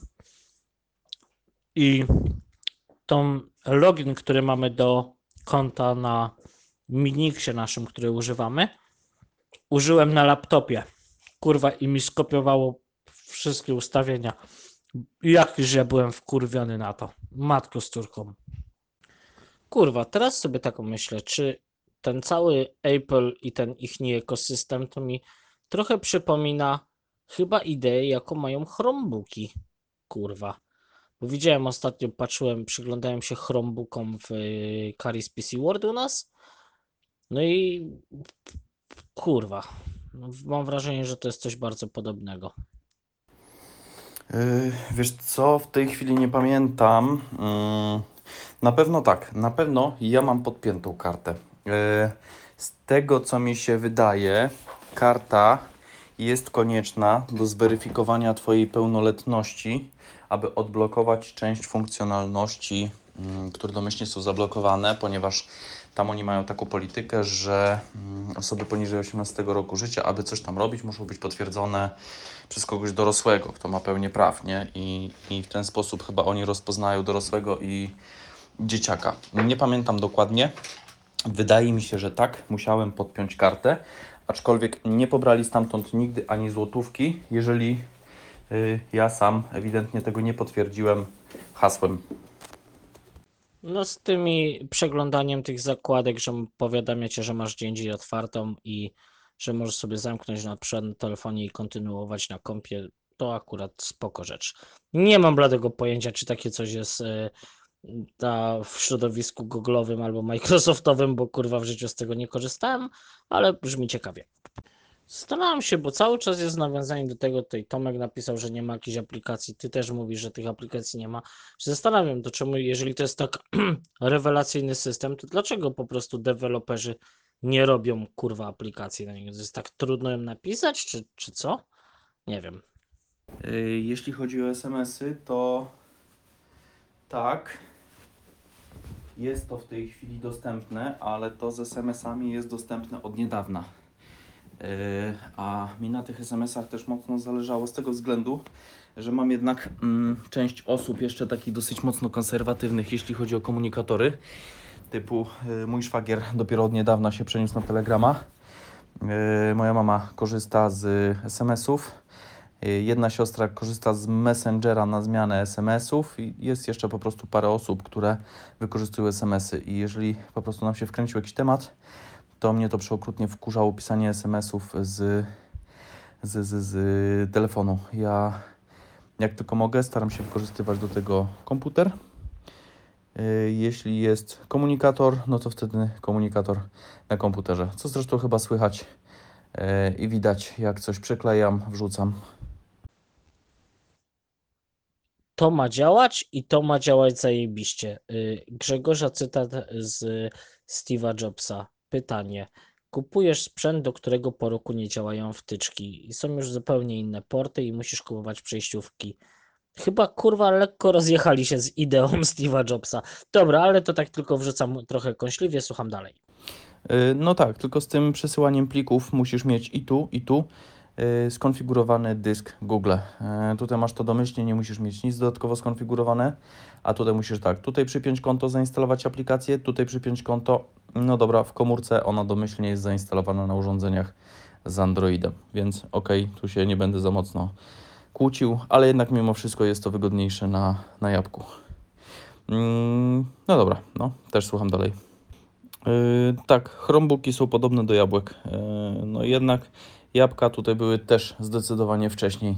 [SPEAKER 1] i tą login, który mamy do konta na Minixie naszym, który używamy, użyłem na laptopie. Kurwa, i mi skopiowało wszystkie ustawienia. Jakiż ja byłem wkurwiony na to. Matko z córką. Kurwa, teraz sobie taką myślę, czy ten cały Apple i ten ich ekosystem to mi trochę przypomina chyba ideę, jaką mają Chromebooki. Kurwa. Bo widziałem ostatnio, przyglądałem się Chromebookom w Caris PC World u nas. No i kurwa. No, mam wrażenie, że to jest coś bardzo podobnego.
[SPEAKER 2] Wiesz co, w tej chwili nie pamiętam. Na pewno tak, na pewno ja mam podpiętą kartę. Z tego co mi się wydaje, karta jest konieczna do zweryfikowania Twojej pełnoletności, aby odblokować część funkcjonalności, które domyślnie są zablokowane, ponieważ tam oni mają taką politykę, że osoby poniżej 18 roku życia, aby coś tam robić, muszą być potwierdzone przez kogoś dorosłego, kto ma pełnię praw, nie? I w ten sposób chyba oni rozpoznają dorosłego i dzieciaka. Nie pamiętam dokładnie. Wydaje mi się, że tak, musiałem podpiąć kartę, aczkolwiek nie pobrali stamtąd nigdy ani złotówki, jeżeli ja sam ewidentnie tego nie potwierdziłem hasłem.
[SPEAKER 1] No z tymi przeglądaniem tych zakładek, że powiadamia cię, że masz dzień dzień otwartą i że możesz sobie zamknąć na przykład na telefonie i kontynuować na kompie, to akurat spoko rzecz. Nie mam bladego pojęcia, czy takie coś jest w środowisku googlowym albo microsoftowym, bo kurwa w życiu z tego nie korzystałem, ale brzmi ciekawie. Zastanawiam się, bo cały czas jest nawiązanie do tego, tutaj Tomek napisał, że nie ma jakichś aplikacji, ty też mówisz, że tych aplikacji nie ma. Zastanawiam się, czemu, jeżeli to jest tak rewelacyjny system, to dlaczego po prostu deweloperzy nie robią kurwa aplikacji na niego? To jest tak trudno ją napisać, czy co? Nie wiem.
[SPEAKER 2] Jeśli chodzi o SMS-y, to tak, jest to w tej chwili dostępne, ale to z SMS-ami jest dostępne od niedawna. A mi na tych SMS-ach też mocno zależało z tego względu, że mam jednak część osób jeszcze takich dosyć mocno konserwatywnych, jeśli chodzi o komunikatory. Typu mój szwagier dopiero od niedawna się przeniósł na Telegrama. Moja mama korzysta z SMS-ów. Jedna siostra korzysta z Messengera na zmianę SMS-ów i jest jeszcze po prostu parę osób, które wykorzystują SMS-y. I jeżeli po prostu nam się wkręcił jakiś temat, to mnie to przeokrutnie wkurzało pisanie SMS-ów z telefonu. Ja jak tylko mogę, staram się wykorzystywać do tego komputer. Jeśli jest komunikator, no to wtedy komunikator na komputerze. Co zresztą chyba słychać i widać, jak coś przyklejam, wrzucam.
[SPEAKER 1] To ma działać i to ma działać zajebiście. Grzegorza cytat z Steve'a Jobsa. Pytanie. Kupujesz sprzęt, do którego po roku nie działają wtyczki i są już zupełnie inne porty i musisz kupować przejściówki. Chyba kurwa lekko rozjechali się z ideą Steve'a Jobsa. Dobra, ale to tak tylko wrzucam trochę kąśliwie, słucham dalej.
[SPEAKER 2] No tak, tylko z tym przesyłaniem plików musisz mieć i tu skonfigurowany dysk Google. Tutaj masz to domyślnie, nie musisz mieć nic dodatkowo skonfigurowane, a tutaj musisz tak, tutaj przypiąć konto, zainstalować aplikację, tutaj przypiąć konto, no dobra, w komórce ona domyślnie jest zainstalowana na urządzeniach z Androidem, więc okej, tu się nie będę za mocno kłócił, ale jednak mimo wszystko jest to wygodniejsze na jabłku. No dobra, no też słucham dalej. Tak, Chromebooki są podobne do jabłek. No jednak jabłka tutaj były też zdecydowanie wcześniej.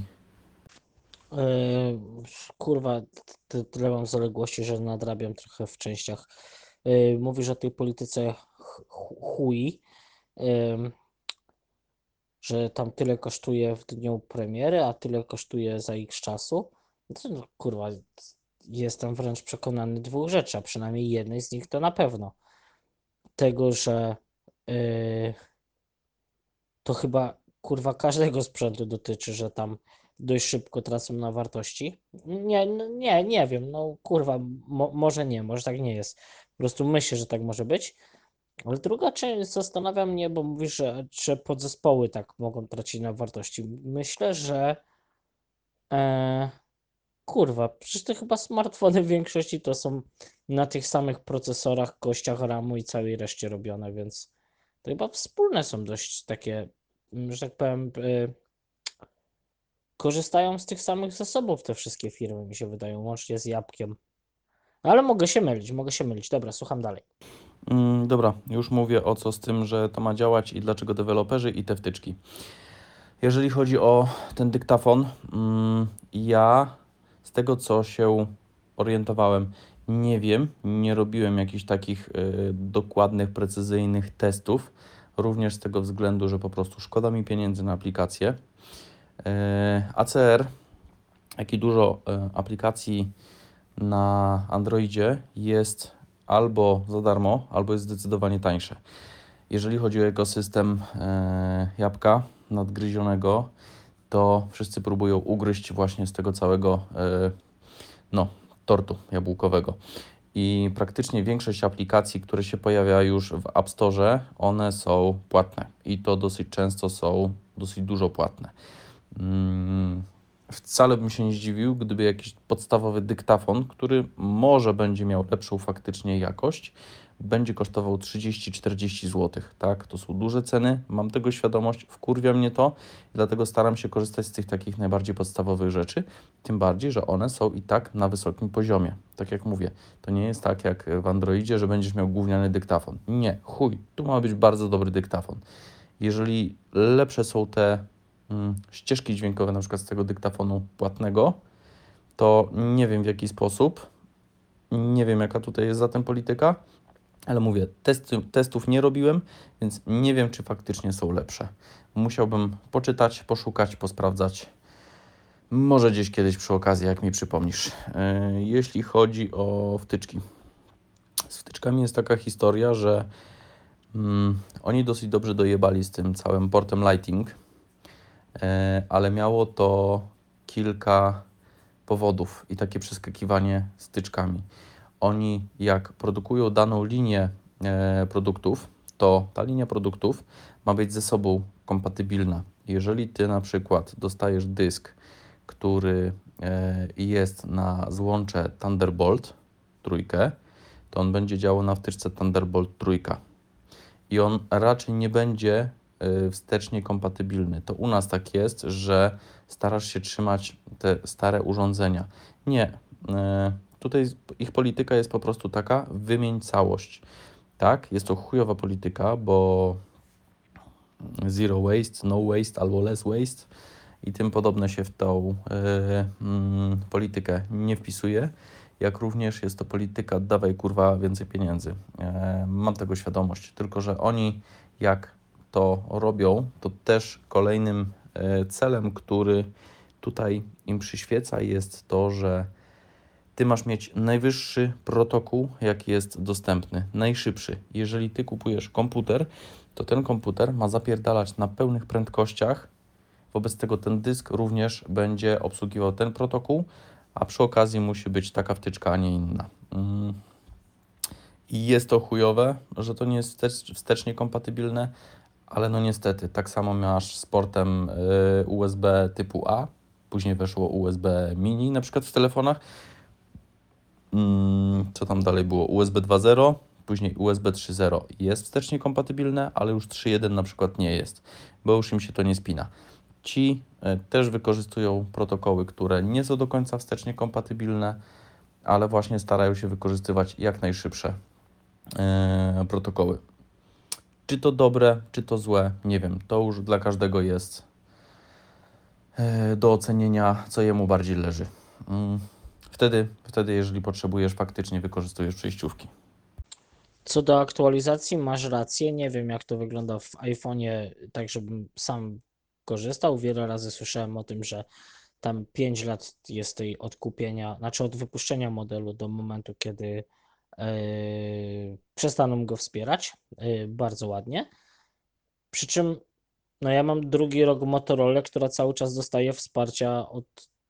[SPEAKER 1] Kurwa, tyle mam zaległości, że nadrabiam trochę w częściach. Mówisz o tej polityce chuj, że tam tyle kosztuje w dniu premiery, a tyle kosztuje za ich czasu. No, kurwa, jestem wręcz przekonany dwóch rzeczy, a przynajmniej jednej z nich to na pewno. Tego, że to chyba kurwa każdego sprzętu dotyczy, że tam dość szybko tracą na wartości. Nie, no, nie wiem, no kurwa, może nie, może tak nie jest. Po prostu myślę, że tak może być. Ale druga część zastanawia mnie, bo mówisz, że podzespoły tak mogą tracić na wartości. Myślę, że kurwa, przecież to chyba smartfony w większości to są na tych samych procesorach, kościach RAM-u i całej reszcie robione, więc to chyba wspólne są dość takie, że tak powiem, korzystają z tych samych zasobów te wszystkie firmy, mi się wydają, łącznie z Jabłkiem. Ale mogę się mylić. Dobra, słucham dalej.
[SPEAKER 2] Dobra, już mówię o co z tym, że to ma działać i dlaczego deweloperzy i te wtyczki. Jeżeli chodzi o ten dyktafon, ja z tego co się orientowałem, nie wiem, nie robiłem jakichś takich dokładnych, precyzyjnych testów, również z tego względu, że po prostu szkoda mi pieniędzy na aplikację. ACR, jak i dużo aplikacji na Androidzie jest albo za darmo, albo jest zdecydowanie tańsze. Jeżeli chodzi o ekosystem Jabłka, nadgryzionego, to wszyscy próbują ugryźć właśnie z tego całego tortu jabłkowego. I praktycznie większość aplikacji, które się pojawia już w App Store, one są płatne i to dosyć często są dosyć dużo płatne. Wcale bym się nie zdziwił, gdyby jakiś podstawowy dyktafon, który może będzie miał lepszą faktycznie jakość, będzie kosztował 30-40 zł, tak? To są duże ceny, mam tego świadomość, wkurwia mnie to, dlatego staram się korzystać z tych takich najbardziej podstawowych rzeczy, tym bardziej, że one są i tak na wysokim poziomie. Tak jak mówię, to nie jest tak jak w Androidzie, że będziesz miał gówniany dyktafon. Nie, chuj, tu ma być bardzo dobry dyktafon. Jeżeli lepsze są te ścieżki dźwiękowe, na przykład z tego dyktafonu płatnego, to nie wiem w jaki sposób, nie wiem jaka tutaj jest zatem polityka, ale mówię, testów nie robiłem, więc nie wiem, czy faktycznie są lepsze. Musiałbym poczytać, poszukać, posprawdzać. Może gdzieś kiedyś przy okazji, jak mi przypomnisz. Jeśli chodzi o wtyczki. Z wtyczkami jest taka historia, że oni dosyć dobrze dojebali z tym całym portem Lighting, ale miało to kilka powodów i takie przeskakiwanie styczkami. Oni jak produkują daną linię produktów, to ta linia produktów ma być ze sobą kompatybilna. Jeżeli Ty na przykład dostajesz dysk, który jest na złącze Thunderbolt trójkę, to on będzie działał na wtyczce Thunderbolt trójka. I on raczej nie będzie wstecznie kompatybilny. To u nas tak jest, że starasz się trzymać te stare urządzenia. Nie. Tutaj ich polityka jest po prostu taka, wymień całość. Tak, jest to chujowa polityka, bo zero waste, no waste albo less waste i tym podobne się w tą politykę nie wpisuje. Jak również jest to polityka dawaj kurwa więcej pieniędzy. Mam tego świadomość, tylko że oni jak to robią, to też kolejnym celem, który tutaj im przyświeca jest to, że Ty masz mieć najwyższy protokół, jaki jest dostępny, najszybszy. Jeżeli Ty kupujesz komputer, to ten komputer ma zapierdalać na pełnych prędkościach, wobec tego ten dysk również będzie obsługiwał ten protokół, a przy okazji musi być taka wtyczka, a nie inna. I jest to chujowe, że to nie jest wstecznie kompatybilne, ale no niestety, tak samo masz z portem USB typu A, później weszło USB mini na przykład w telefonach. Co tam dalej było? USB 2.0, później USB 3.0 jest wstecznie kompatybilne, ale już 3.1 na przykład nie jest, bo już im się to nie spina. Ci też wykorzystują protokoły, które nie są do końca wstecznie kompatybilne, ale właśnie starają się wykorzystywać jak najszybsze protokoły. Czy to dobre, czy to złe, nie wiem. To już dla każdego jest do ocenienia, co jemu bardziej leży. Wtedy, jeżeli potrzebujesz, faktycznie wykorzystujesz przejściówki.
[SPEAKER 1] Co do aktualizacji, masz rację. Nie wiem, jak to wygląda w iPhone'ie, tak żebym sam korzystał. Wiele razy słyszałem o tym, że tam 5 lat jest tej od kupienia, znaczy od wypuszczenia modelu do momentu, kiedy przestaną go wspierać. Bardzo ładnie. Przy czym no ja mam drugi rok Motorola, która cały czas dostaje wsparcia od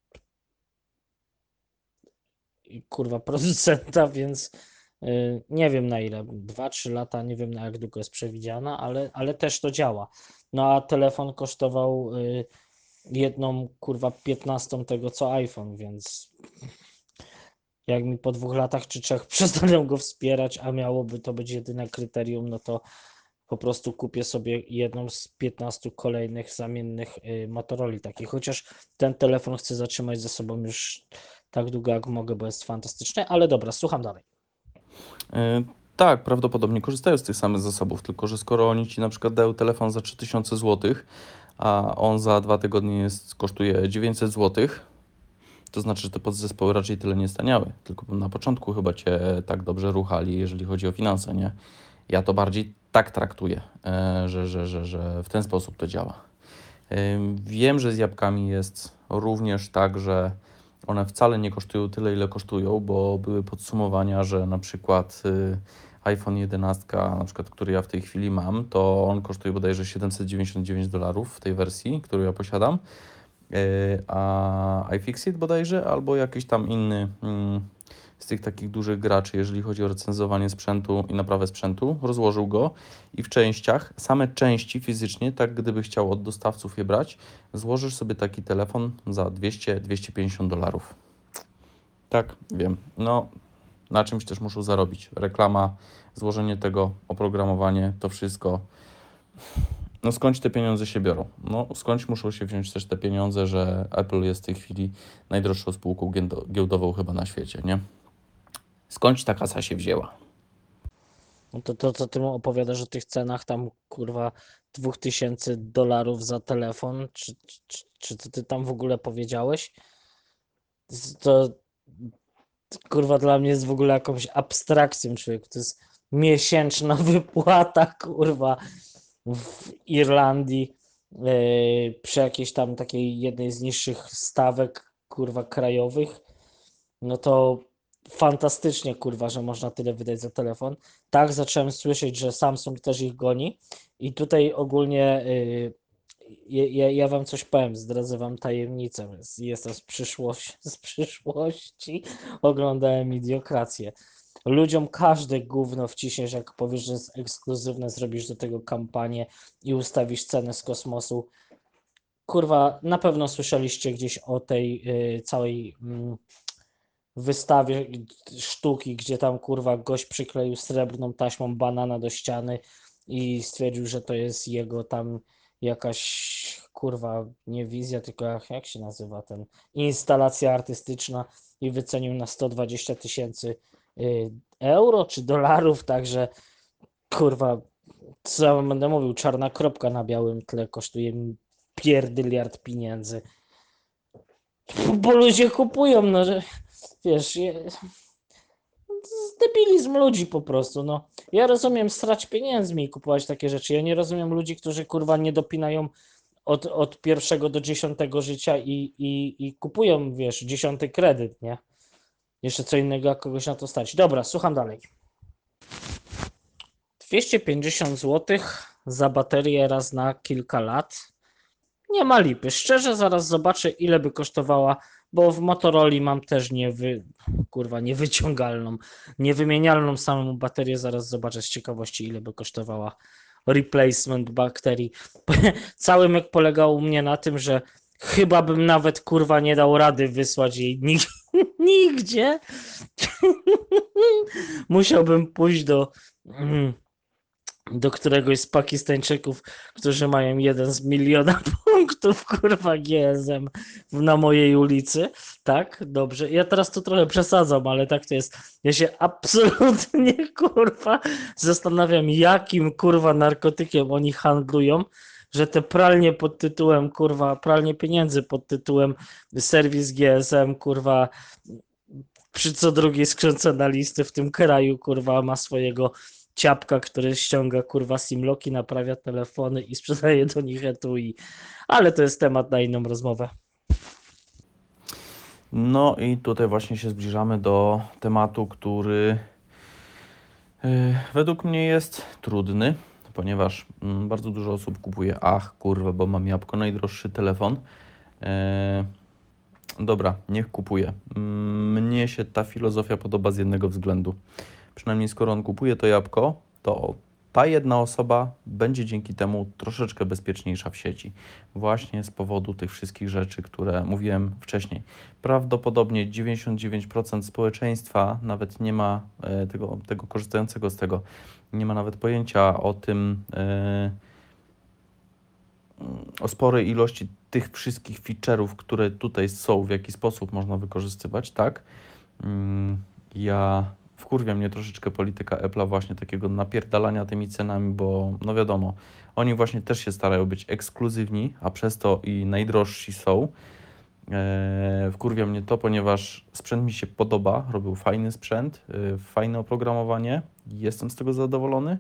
[SPEAKER 1] kurwa producenta, więc nie wiem na ile, 2-3 lata, nie wiem na jak długo jest przewidziana, ale też to działa. No a telefon kosztował jedną kurwa 15 tego co iPhone, więc jak mi po 2 latach czy 3 przestaną go wspierać, a miałoby to być jedyne kryterium, no to po prostu kupię sobie jedną z 15 kolejnych zamiennych Motorola takich, chociaż ten telefon chcę zatrzymać ze sobą już tak długo jak mogę, bo jest fantastyczny, ale dobra, słucham dalej.
[SPEAKER 2] Tak, prawdopodobnie korzystają z tych samych zasobów, tylko że skoro oni Ci na przykład dają telefon za 3000 zł, a on za 2 tygodnie kosztuje 900 zł, to znaczy, że te podzespoły raczej tyle nie staniały, tylko na początku chyba Cię tak dobrze ruchali, jeżeli chodzi o finanse, nie? Ja to bardziej tak traktuję, że w ten sposób to działa. Wiem, że z jabłkami jest również tak, że one wcale nie kosztują tyle, ile kosztują, bo były podsumowania, że na przykład iPhone 11, na przykład, który ja w tej chwili mam, to on kosztuje bodajże $799 w tej wersji, którą ja posiadam. A iFixit bodajże, albo jakiś tam inny z tych takich dużych graczy, jeżeli chodzi o recenzowanie sprzętu i naprawę sprzętu, rozłożył go i w częściach, same części fizycznie, tak gdyby chciał od dostawców je brać, złożysz sobie taki telefon za $200-250. Tak, wiem. No, na czymś też muszą zarobić. Reklama, złożenie tego, oprogramowanie, to wszystko. No skądś te pieniądze się biorą? No skądś muszą się wziąć też te pieniądze, że Apple jest w tej chwili najdroższą spółką giełdową chyba na świecie, nie? Skądś ta kasa się wzięła?
[SPEAKER 1] No to co ty mu opowiadasz o tych cenach tam, kurwa, $2000 za telefon? Czy to ty tam w ogóle powiedziałeś? To kurwa dla mnie jest w ogóle jakąś abstrakcją, człowiek. To jest miesięczna wypłata, kurwa, w Irlandii przy jakiejś tam takiej jednej z niższych stawek, kurwa, krajowych. No to fantastycznie, kurwa, że można tyle wydać za telefon. Tak, zacząłem słyszeć, że Samsung też ich goni i tutaj ogólnie ja wam coś powiem, zdradzę wam tajemnicę. Jestem z przyszłości, oglądałem Idiokrację. Ludziom każde gówno wciśniesz, jak powiesz, że jest ekskluzywne, zrobisz do tego kampanię i ustawisz cenę z kosmosu. Kurwa, na pewno słyszeliście gdzieś o tej całej wystawie sztuki, gdzie tam kurwa gość przykleił srebrną taśmą banana do ściany i stwierdził, że to jest jego tam jakaś kurwa nie wizja, tylko jak się nazywa ten instalacja artystyczna i wycenił na 120 000 euro czy dolarów, także kurwa, co ja wam będę mówił, czarna kropka na białym tle kosztuje mi pierdyliard pieniędzy. Bo ludzie kupują, no że wiesz, debilizm ludzi po prostu, no. Ja rozumiem strać pieniędzmi i kupować takie rzeczy. Ja nie rozumiem ludzi, którzy kurwa nie dopinają od pierwszego do 10 życia i kupują, wiesz, 10 kredyt, nie? Jeszcze co innego, jak kogoś na to stać. Dobra, słucham dalej. 250 zł za baterię raz na kilka lat. Nie ma lipy. Szczerze, zaraz zobaczę, ile by kosztowała, bo w Motorola mam też niewyciągalną, niewymienialną samą baterię. Zaraz zobaczę z ciekawości, ile by kosztowała replacement baterii. Cały myk polegał u mnie na tym, że chyba bym nawet kurwa nie dał rady wysłać jej nigdzie. Musiałbym pójść do któregoś z Pakistańczyków, którzy mają 1 z miliona punktów, kurwa, GSM na mojej ulicy. Tak, dobrze. Ja teraz to trochę przesadzam, ale tak to jest. Ja się absolutnie, kurwa, zastanawiam, jakim, kurwa, narkotykiem oni handlują, że te pralnie pod tytułem, kurwa, pralnie pieniędzy pod tytułem serwis GSM, kurwa, przy co drugiej skrzynce na listy w tym kraju, kurwa, ma swojego ciapka, który ściąga kurwa simloki, naprawia telefony i sprzedaje do nich etui. Ale to jest temat na inną rozmowę.
[SPEAKER 2] No i tutaj właśnie się zbliżamy do tematu, który według mnie jest trudny, ponieważ bardzo dużo osób kupuje, ach kurwa, bo mam jabłko, najdroższy telefon. Dobra, niech kupuje. Mnie się ta filozofia podoba z jednego względu. Przynajmniej skoro on kupuje to jabłko, to ta jedna osoba będzie dzięki temu troszeczkę bezpieczniejsza w sieci. Właśnie z powodu tych wszystkich rzeczy, które mówiłem wcześniej. Prawdopodobnie 99% społeczeństwa nawet nie ma tego korzystającego z tego, nie ma nawet pojęcia o tym, o sporej ilości tych wszystkich feature'ów, które tutaj są, w jaki sposób można wykorzystywać, tak? Wkurwia mnie troszeczkę polityka Apple'a właśnie takiego napierdalania tymi cenami, bo no wiadomo, oni właśnie też się starają być ekskluzywni, a przez to i najdrożsi są. Wkurwia mnie to, ponieważ sprzęt mi się podoba, robił fajny sprzęt, fajne oprogramowanie, jestem z tego zadowolony,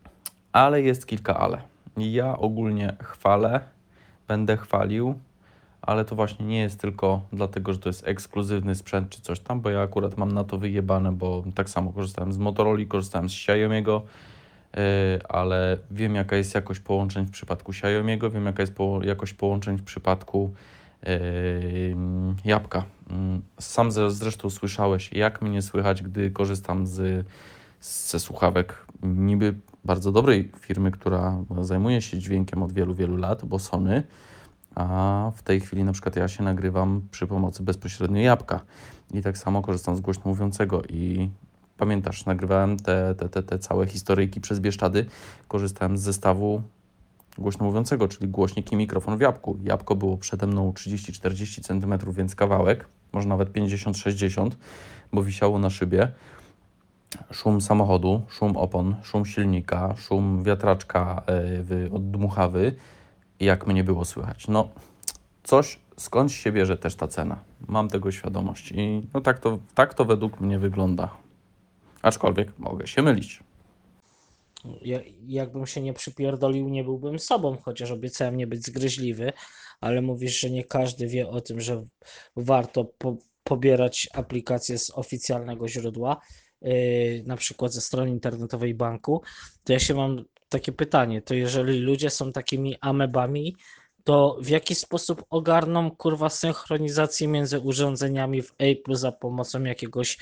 [SPEAKER 2] ale jest kilka ale. Ja ogólnie chwalę, będę chwalił ale to właśnie nie jest tylko dlatego, że to jest ekskluzywny sprzęt czy coś tam, bo ja akurat mam na to wyjebane, bo tak samo korzystałem z Motorola, korzystałem z Xiaomi'ego, ale wiem jaka jest jakość połączeń w przypadku Xiaomi'ego, wiem jaka jest jakość połączeń w przypadku Jabłka. Sam zresztą słyszałeś, jak mnie słychać, gdy korzystam ze słuchawek niby bardzo dobrej firmy, która zajmuje się dźwiękiem od wielu, wielu lat, bo Sony, a w tej chwili na przykład ja się nagrywam przy pomocy bezpośrednio Jabłka i tak samo korzystam z głośno mówiącego i pamiętasz, nagrywałem te całe historyjki przez Bieszczady, korzystałem z zestawu głośno mówiącego, czyli głośnik i mikrofon w Jabłku. Jabłko było przede mną 30-40 cm, więc kawałek, może nawet 50-60, bo wisiało na szybie. Szum samochodu, szum opon, szum silnika, szum wiatraczka od dmuchawy, jak mnie było słychać. No, coś, skąd się bierze też ta cena. Mam tego świadomość i no tak to według mnie wygląda. Aczkolwiek mogę się mylić.
[SPEAKER 1] Jakbym się nie przypierdolił, nie byłbym sobą, chociaż obiecałem nie być zgryźliwy, ale mówisz, że nie każdy wie o tym, że warto pobierać aplikacje z oficjalnego źródła, na przykład ze strony internetowej banku. To ja się mam takie pytanie, to jeżeli ludzie są takimi amebami, to w jaki sposób ogarną kurwa synchronizację między urządzeniami w Apple za pomocą jakiegoś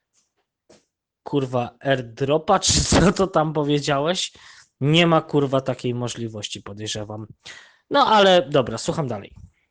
[SPEAKER 1] kurwa airdropa, czy co to tam powiedziałeś? Nie ma kurwa takiej możliwości, podejrzewam. No ale dobra, słucham dalej.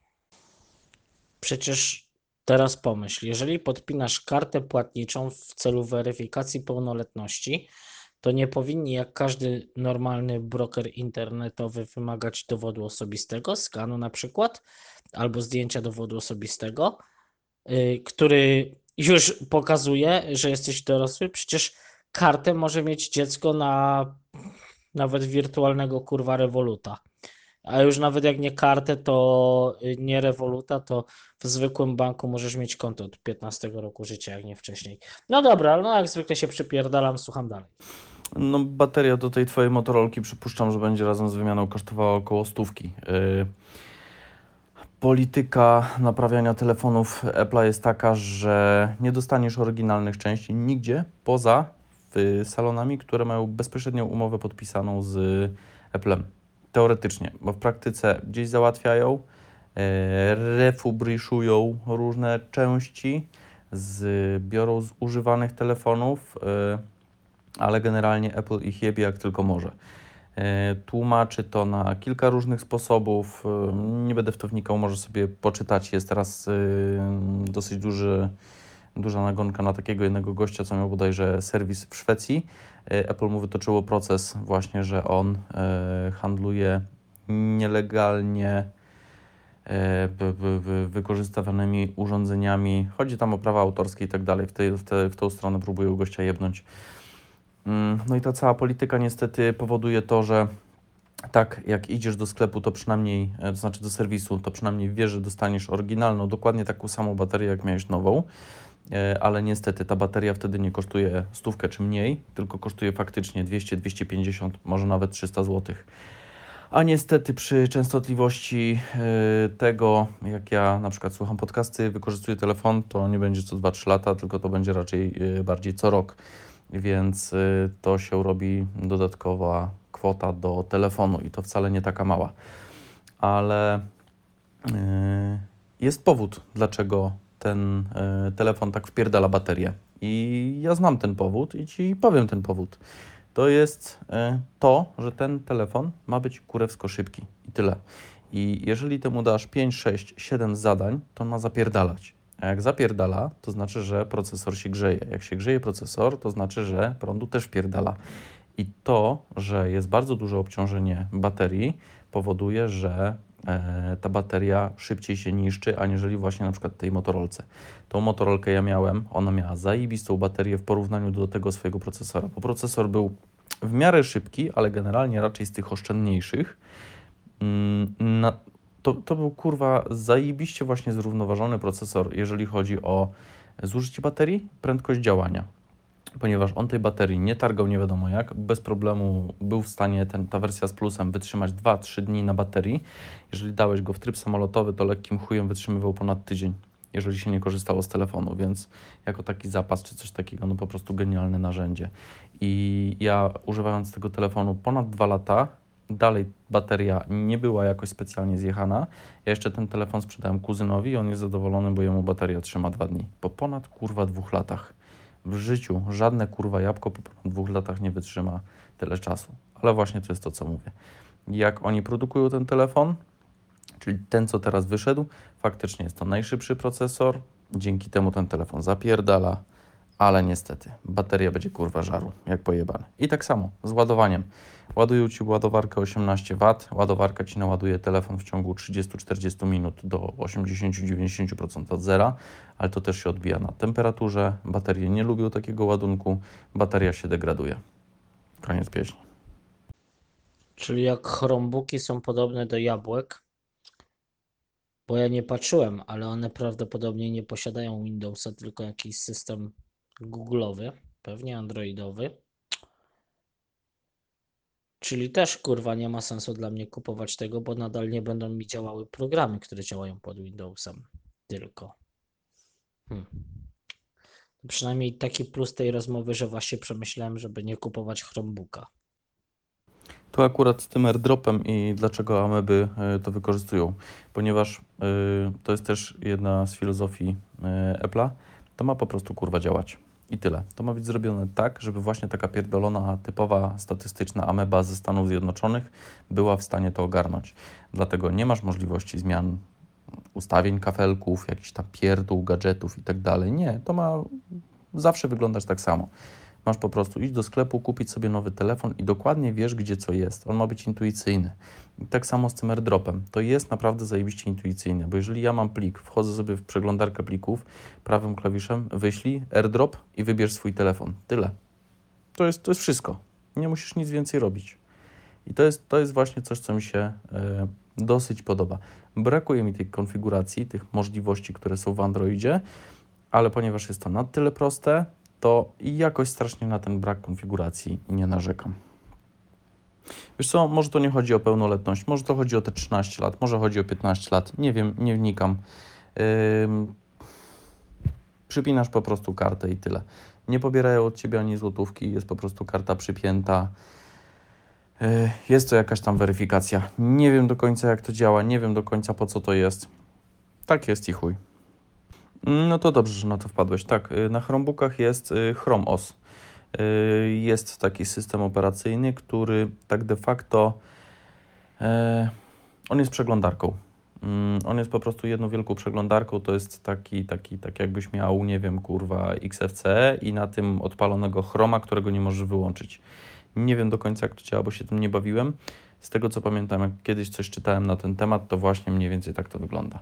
[SPEAKER 1] Przecież teraz pomyśl, jeżeli podpinasz kartę płatniczą w celu weryfikacji pełnoletności, to nie powinni jak każdy normalny broker internetowy wymagać dowodu osobistego, skanu na przykład, albo zdjęcia dowodu osobistego, który już pokazuje, że jesteś dorosły. Przecież kartę może mieć dziecko na nawet wirtualnego kurwa Revoluta. A już nawet jak nie kartę, to nie Revoluta, to w zwykłym banku możesz mieć konto od 15 roku życia, jak nie wcześniej. No dobra, no jak zwykle się przypierdalam, słucham dalej.
[SPEAKER 2] No, bateria do tej twojej Motorolki przypuszczam, że będzie razem z wymianą kosztowała około 100. Polityka naprawiania telefonów Apple'a jest taka, że nie dostaniesz oryginalnych części nigdzie poza salonami, które mają bezpośrednią umowę podpisaną z Apple'em. Teoretycznie, bo w praktyce gdzieś załatwiają, refurbiszują różne części, biorą z używanych telefonów, ale generalnie Apple ich jebie jak tylko może. Tłumaczy to na kilka różnych sposobów. Nie będę w to wnikał, może sobie poczytać. Jest teraz dosyć duża nagonka na takiego jednego gościa, co miał bodajże serwis w Szwecji. Apple mu wytoczyło proces właśnie, że on handluje nielegalnie wykorzystywanymi urządzeniami. Chodzi tam o prawa autorskie i tak dalej. W tą stronę próbują gościa jebnąć. No i ta cała polityka niestety powoduje to, że tak jak idziesz do sklepu, to przynajmniej, to znaczy do serwisu, to przynajmniej wiesz, że dostaniesz oryginalną, dokładnie taką samą baterię, jak miałeś nową, ale niestety ta bateria wtedy nie kosztuje 100 czy mniej, tylko kosztuje faktycznie 200, 250, może nawet 300 zł. A niestety przy częstotliwości tego, jak ja na przykład słucham podcasty, wykorzystuję telefon, to nie będzie co 2-3 lata, tylko to będzie raczej bardziej co rok. Więc to się robi dodatkowa kwota do telefonu i to wcale nie taka mała. Ale jest powód, dlaczego ten telefon tak wpierdala baterię. I ja znam ten powód i Ci powiem ten powód. To jest to, że ten telefon ma być kurewsko szybki i tyle. I jeżeli temu dasz 5, 6, 7 zadań, to on ma zapierdalać. A jak zapierdala, to znaczy, że procesor się grzeje. Jak się grzeje procesor, to znaczy, że prądu też wpierdala. I to, że jest bardzo duże obciążenie baterii, powoduje, że ta bateria szybciej się niszczy, aniżeli właśnie na przykład tej Motorolce. Tą Motorolkę ja miałem, ona miała zajebistą baterię w porównaniu do tego swojego procesora, bo procesor był w miarę szybki, ale generalnie raczej z tych oszczędniejszych. To był kurwa zajebiście właśnie zrównoważony procesor, jeżeli chodzi o zużycie baterii, prędkość działania. ponieważ on tej baterii nie targał nie wiadomo jak, bez problemu był w stanie ta wersja z plusem wytrzymać 2-3 dni na baterii. Jeżeli dałeś go w tryb samolotowy, to lekkim chujem wytrzymywał ponad tydzień, jeżeli się nie korzystało z telefonu, więc jako taki zapas czy coś takiego, no po prostu genialne narzędzie. I ja używając tego telefonu ponad 2 lata, dalej bateria nie była jakoś specjalnie zjechana. Ja jeszcze ten telefon sprzedałem kuzynowi i on jest zadowolony, bo jemu bateria trzyma 2 dni. Po ponad kurwa 2 latach. W życiu żadne kurwa jabłko po ponad 2 latach nie wytrzyma tyle czasu. Ale właśnie to jest to, co mówię. Jak oni produkują ten telefon, czyli ten, co teraz wyszedł, faktycznie jest to najszybszy procesor, dzięki temu ten telefon zapierdala, ale niestety bateria będzie kurwa żaru, jak pojebane. I tak samo z ładowaniem. Ładują Ci ładowarkę 18 W, ładowarka Ci naładuje telefon w ciągu 30-40 minut do 80-90% od zera, ale to też się odbija na temperaturze, baterie nie lubią takiego ładunku, bateria się degraduje. Koniec pieśni.
[SPEAKER 1] Czyli jak Chromebooki są podobne do jabłek, bo ja nie patrzyłem, ale one prawdopodobnie nie posiadają Windowsa, tylko jakiś system Google'owy, pewnie Androidowy. Czyli też kurwa nie ma sensu dla mnie kupować tego, bo nadal nie będą mi działały programy, które działają pod Windowsem. Tylko. Przynajmniej taki plus tej rozmowy, że właśnie przemyślałem, żeby nie kupować Chromebooka.
[SPEAKER 2] Tu akurat z tym airdropem i dlaczego ameby to wykorzystują, ponieważ to jest też jedna z filozofii Apple'a, to ma po prostu kurwa działać. I tyle. To ma być zrobione tak, żeby właśnie taka pierdolona, typowa, statystyczna ameba ze Stanów Zjednoczonych była w stanie to ogarnąć. Dlatego nie masz możliwości zmian ustawień kafelków, jakichś tam pierdół, gadżetów i tak dalej. Nie, to ma zawsze wyglądać tak samo. Masz po prostu iść do sklepu, kupić sobie nowy telefon i dokładnie wiesz, gdzie co jest. On ma być intuicyjny. I tak samo z tym airdropem. To jest naprawdę zajebiście intuicyjne, bo jeżeli ja mam plik, wchodzę sobie w przeglądarkę plików, prawym klawiszem wyślij airdrop i wybierz swój telefon. Tyle. To jest wszystko. Nie musisz nic więcej robić. I to jest właśnie coś, co mi się dosyć podoba. Brakuje mi tej konfiguracji, tych możliwości, które są w Androidzie, ale ponieważ jest to na tyle proste, to i jakoś strasznie na ten brak konfiguracji nie narzekam. Wiesz co, może to nie chodzi o pełnoletność, może to chodzi o te 13 lat, może chodzi o 15 lat, nie wiem, nie wnikam. Przypinasz po prostu kartę i tyle. Nie pobierają od Ciebie ani złotówki, jest po prostu karta przypięta. Jest to jakaś tam weryfikacja. Nie wiem do końca jak to działa, nie wiem do końca po co to jest. Tak jest i chuj. No to dobrze, że na to wpadłeś. Tak, na Chromebookach jest Chrome OS. Jest taki system operacyjny, który tak de facto on jest przeglądarką. On jest po prostu jedną wielką przeglądarką, to jest tak jakbyś miał, nie wiem, kurwa, XFCE i na tym odpalonego Chroma, którego nie możesz wyłączyć. Nie wiem do końca jak to działa, bo się tym nie bawiłem. Z tego co pamiętam, jak kiedyś coś czytałem na ten temat, to właśnie mniej więcej tak to wygląda.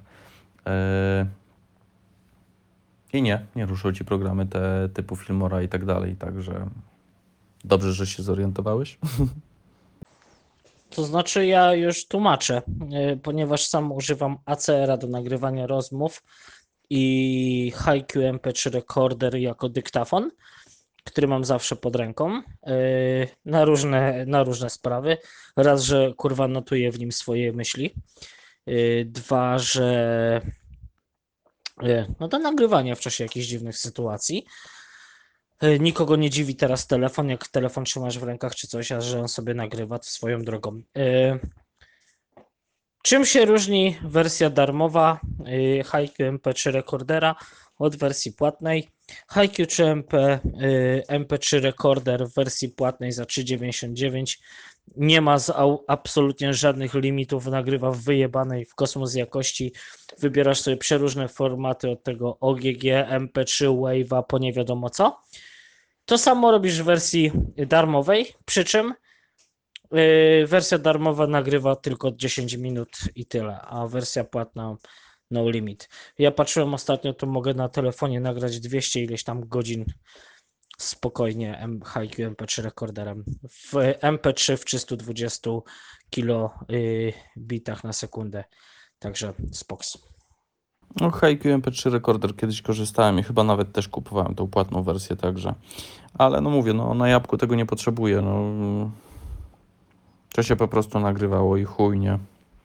[SPEAKER 2] I nie ruszą Ci programy te typu Filmora i tak dalej, także dobrze, że się zorientowałeś.
[SPEAKER 1] To znaczy ja już tłumaczę, ponieważ sam używam ACR-a do nagrywania rozmów i HiQ MP3 Recorder jako dyktafon, który mam zawsze pod ręką na różne sprawy. Raz, że kurwa notuję w nim swoje myśli. Dwa, że no do nagrywania w czasie jakichś dziwnych sytuacji. Nikogo nie dziwi teraz telefon, jak telefon trzymasz w rękach czy coś, a że on sobie nagrywa to swoją drogą. Czym się różni wersja darmowa HiQ MP3 Recordera od wersji płatnej? HiQ czy MP3 Recorder w wersji płatnej za 3,99 nie ma absolutnie żadnych limitów, nagrywa w wyjebanej w kosmos jakości. Wybierasz sobie przeróżne formaty od tego OGG, MP3, Wave'a, po nie wiadomo co. To samo robisz w wersji darmowej, przy czym wersja darmowa nagrywa tylko 10 minut i tyle, a wersja płatna no limit. Ja patrzyłem ostatnio, to mogę na telefonie nagrać 200 ileś tam godzin spokojnie HiQ MP3 rekorderem. W MP3 w 320 kilobitach na sekundę. Także spoks.
[SPEAKER 2] No HiQ MP3 Recorder kiedyś korzystałem i chyba nawet też kupowałem tą płatną wersję, także Ale no mówię, no na jabłku tego nie potrzebuję, no. To się po prostu nagrywało i chuj, nie?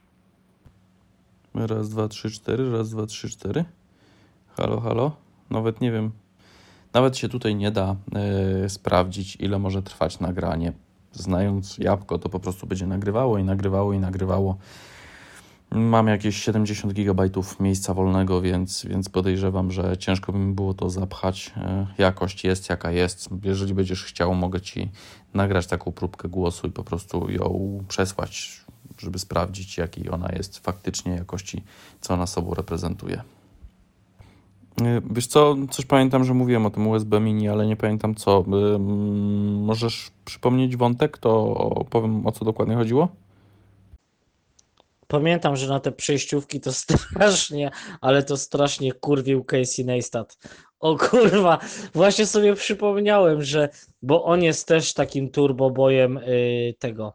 [SPEAKER 2] Raz, dwa, trzy, cztery, raz, dwa, trzy, cztery. Halo, halo? Nawet nie wiem. Nawet się tutaj nie da sprawdzić, ile może trwać nagranie. Znając jabłko, to po prostu będzie nagrywało i nagrywało i nagrywało. Mam jakieś 70 GB miejsca wolnego, więc podejrzewam, że ciężko by mi było to zapchać. Jakość jest jaka jest. Jeżeli będziesz chciał, mogę Ci nagrać taką próbkę głosu i po prostu ją przesłać, żeby sprawdzić, jakiej ona jest faktycznie jakości, co ona sobą reprezentuje. Wiesz co, coś pamiętam, że mówiłem o tym USB mini, ale nie pamiętam co. Możesz przypomnieć wątek, to powiem, o co dokładnie chodziło?
[SPEAKER 1] Pamiętam, że na te przejściówki to strasznie, ale to strasznie kurwił Casey Neistat. O kurwa, właśnie sobie przypomniałem, że, bo on jest też takim turbobojem tego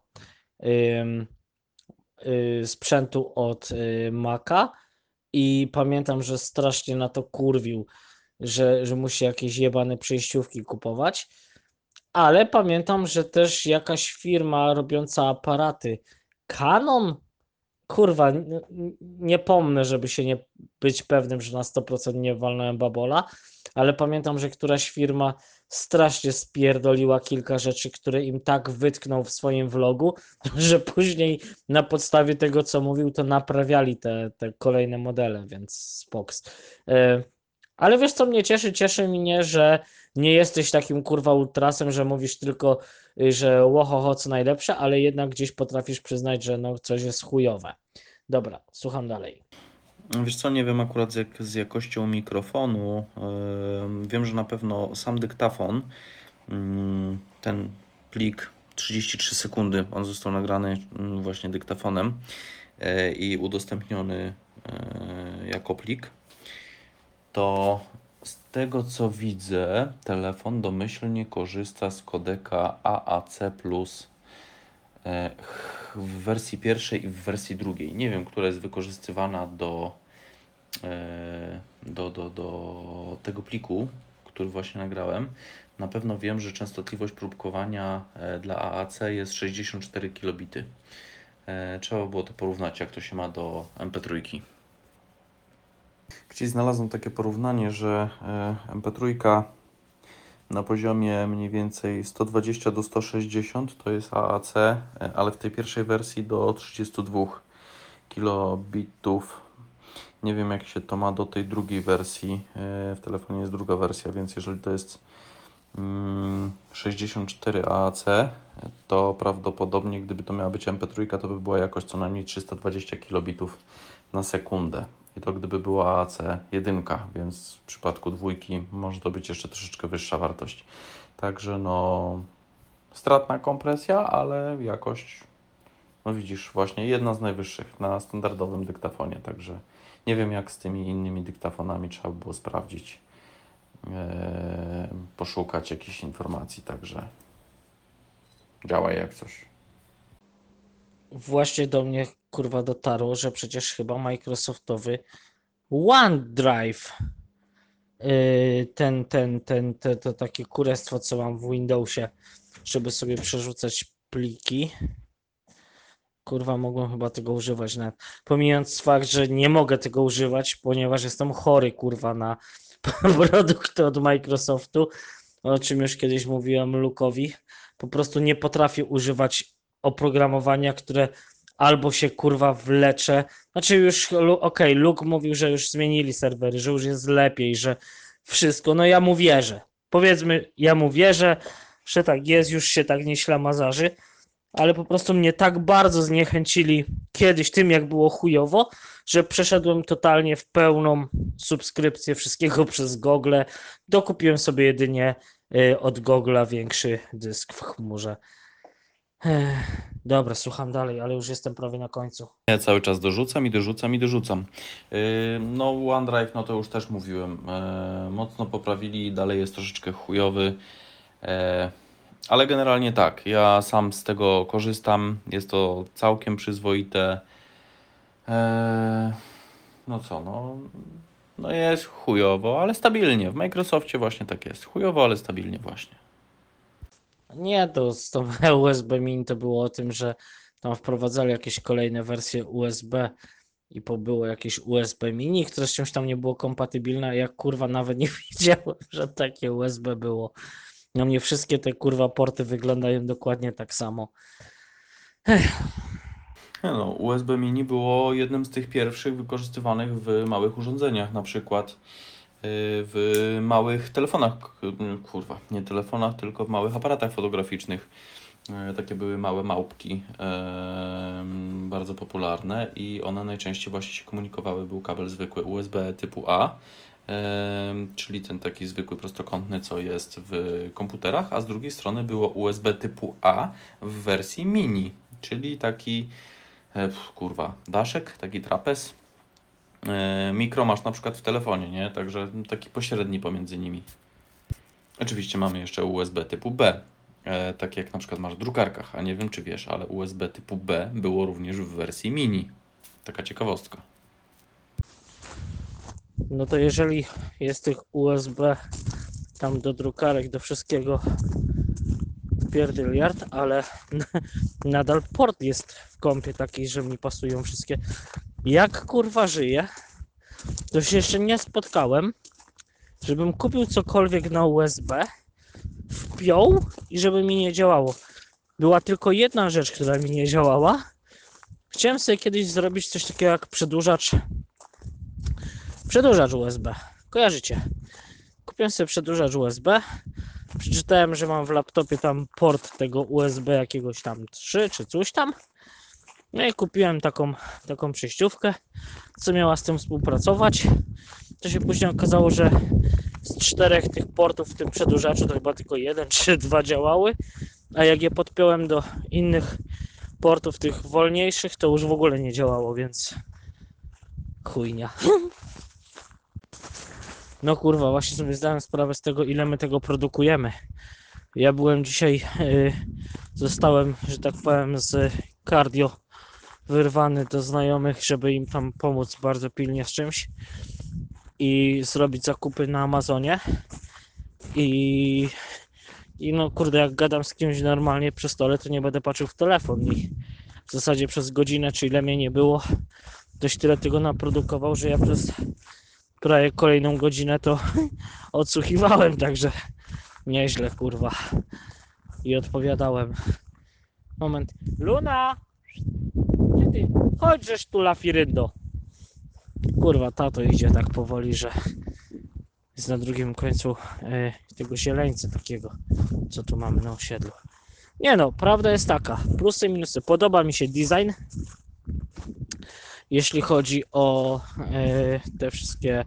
[SPEAKER 1] sprzętu od Maca i pamiętam, że strasznie na to kurwił, że musi jakieś jebane przejściówki kupować, ale pamiętam, że też jakaś firma robiąca aparaty, Canon. Kurwa, nie pomnę, żeby się nie być pewnym, że na 100% nie walnąłem babola, ale pamiętam, że któraś firma strasznie spierdoliła kilka rzeczy, które im tak wytknął w swoim vlogu, że później na podstawie tego, co mówił, to naprawiali te kolejne modele, więc spoks. Ale wiesz, co mnie cieszy? Cieszy mnie, że nie jesteś takim kurwa ultrasem, że mówisz tylko, że łohoho co najlepsze, ale jednak gdzieś potrafisz przyznać, że no coś jest chujowe. Dobra, słucham dalej.
[SPEAKER 2] Wiesz co, nie wiem akurat z jakością mikrofonu. Wiem, że na pewno sam dyktafon, ten plik 33 sekundy, on został nagrany właśnie dyktafonem i udostępniony jako plik. To z tego co widzę, telefon domyślnie korzysta z kodeka AAC+, w wersji pierwszej i w wersji drugiej. Nie wiem, która jest wykorzystywana do tego pliku, który właśnie nagrałem. Na pewno wiem, że częstotliwość próbkowania dla AAC jest 64 kilobity. Trzeba było to porównać, jak to się ma do MP3. Gdzieś znalazłem takie porównanie, że MP3 na poziomie mniej więcej 120 do 160 to jest AAC, ale w tej pierwszej wersji do 32 kilobitów. Nie wiem, jak się to ma do tej drugiej wersji. W telefonie jest druga wersja, więc jeżeli to jest 64 AAC, to prawdopodobnie gdyby to miała być MP3, to by była jakoś co najmniej 320 kilobitów na sekundę. I to gdyby była AAC 1, więc w przypadku dwójki może to być jeszcze troszeczkę wyższa wartość. Także no stratna kompresja, ale jakość, no widzisz, właśnie jedna z najwyższych na standardowym dyktafonie. Także nie wiem, jak z tymi innymi dyktafonami, trzeba by było sprawdzić, poszukać jakichś informacji, także działa jak coś.
[SPEAKER 1] Właśnie do mnie kurwa dotarło, że przecież chyba Microsoftowy OneDrive, to takie kurestwo, co mam w Windowsie, żeby sobie przerzucać pliki. Kurwa, mogłem chyba tego używać nawet. Pomijając fakt, że nie mogę tego używać, ponieważ jestem chory, kurwa, na produkty od Microsoftu, o czym już kiedyś mówiłem Luke'owi. Po prostu nie potrafię używać oprogramowania, które albo się kurwa wlecze. Znaczy już, okej, Luke mówił, że już zmienili serwery, że już jest lepiej, że wszystko. No ja mu wierzę. Powiedzmy, ja mu wierzę, że tak jest, już się tak nie ślamazarzy, ale po prostu mnie tak bardzo zniechęcili kiedyś tym, jak było chujowo, że przeszedłem totalnie w pełną subskrypcję wszystkiego przez Google. Dokupiłem sobie jedynie od Google'a większy dysk w chmurze. Dobra, słucham dalej, ale już jestem prawie na końcu.
[SPEAKER 2] Ja cały czas dorzucam i dorzucam i dorzucam. No OneDrive, no to już też mówiłem, mocno poprawili, dalej jest troszeczkę chujowy, ale generalnie tak, ja sam z tego korzystam, jest to całkiem przyzwoite. No co, no jest chujowo, ale stabilnie. W Microsoftie właśnie tak jest. Chujowo, ale stabilnie właśnie.
[SPEAKER 1] Nie, to z tą USB Mini to było o tym, że tam wprowadzali jakieś kolejne wersje USB i było jakieś USB Mini, które z czymś tam nie było kompatybilne, a jak kurwa nawet nie wiedziałem, że takie USB było. Na mnie wszystkie te kurwa porty wyglądają dokładnie tak samo.
[SPEAKER 2] Nie no, USB Mini było jednym z tych pierwszych wykorzystywanych w małych urządzeniach, na przykład w małych telefonach, kurwa, nie telefonach, tylko w małych aparatach fotograficznych. Takie były małe małpki, bardzo popularne i one najczęściej właśnie się komunikowały, był kabel zwykły USB typu A, czyli ten taki zwykły prostokątny, co jest w komputerach, a z drugiej strony było USB typu A w wersji mini, czyli taki kurwa, daszek, taki trapez. Mikro masz na przykład w telefonie, nie? Także taki pośredni pomiędzy nimi. Oczywiście mamy jeszcze USB typu B, tak jak na przykład masz w drukarkach, a nie wiem czy wiesz, ale USB typu B było również w wersji mini. Taka ciekawostka.
[SPEAKER 1] No to jeżeli jest tych USB tam do drukarek, do wszystkiego pierdyliard, ale nadal port jest w kompie taki, że mi pasują wszystkie. Jak kurwa żyję, to się jeszcze nie spotkałem, żebym kupił cokolwiek na USB, wpiął i żeby mi nie działało. Była tylko jedna rzecz, która mi nie działała. Chciałem sobie kiedyś zrobić coś takiego jak przedłużacz USB. Kojarzycie? Kupiłem sobie przedłużacz USB. Przeczytałem, że mam w laptopie tam port tego USB jakiegoś tam 3 czy coś tam. No i kupiłem taką przejściówkę, co miała z tym współpracować. To się później okazało, że z 4 tych portów w tym przedłużaczu to chyba tylko 1 czy 2 działały, a jak je podpiąłem do innych portów, tych wolniejszych, to już w ogóle nie działało, więc chujnia. No kurwa, właśnie sobie zdałem sprawę z tego, ile my tego produkujemy. Ja byłem dzisiaj, zostałem, że tak powiem, z cardio wyrwany do znajomych, żeby im tam pomóc bardzo pilnie z czymś i zrobić zakupy na Amazonie. I no kurde, jak gadam z kimś normalnie przy stole, to nie będę patrzył w telefon i w zasadzie przez godzinę, czy ile mnie nie było, dość tyle tego naprodukował, że ja przez prawie kolejną godzinę to odsłuchiwałem, także nieźle kurwa. I odpowiadałem. Moment. Luna! Gdzie ty? Chodźżeś tu, lafiryndo. Kurwa, tato idzie tak powoli, że jest na drugim końcu tego zieleńca takiego, co tu mamy na osiedlu. Nie no, prawda jest taka. Plusy i minusy. Podoba mi się design. Jeśli chodzi o te wszystkie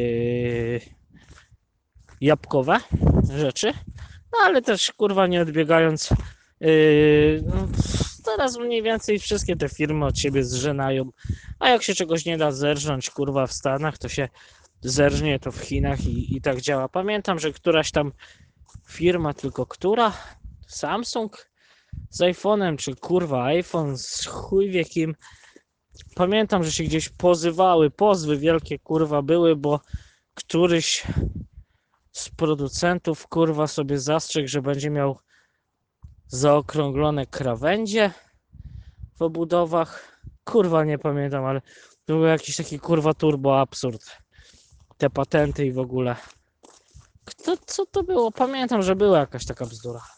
[SPEAKER 1] jabłkowe rzeczy. No ale też kurwa nie odbiegając, no, teraz mniej więcej wszystkie te firmy od siebie zżenają, a jak się czegoś nie da zerżnąć kurwa w Stanach, to się zerżnie to w Chinach i tak działa. Pamiętam, że któraś tam firma, tylko która? Samsung z iPhone'em, czy kurwa iPhone z chuj wie kim. Pamiętam, że się gdzieś pozywały, pozwy wielkie kurwa były, bo któryś z producentów kurwa sobie zastrzegł, że będzie miał zaokrąglone krawędzie w obudowach. Kurwa nie pamiętam, ale to był jakiś taki kurwa turbo absurd. Te patenty i w ogóle. Co to było? Pamiętam, że była jakaś taka bzdura.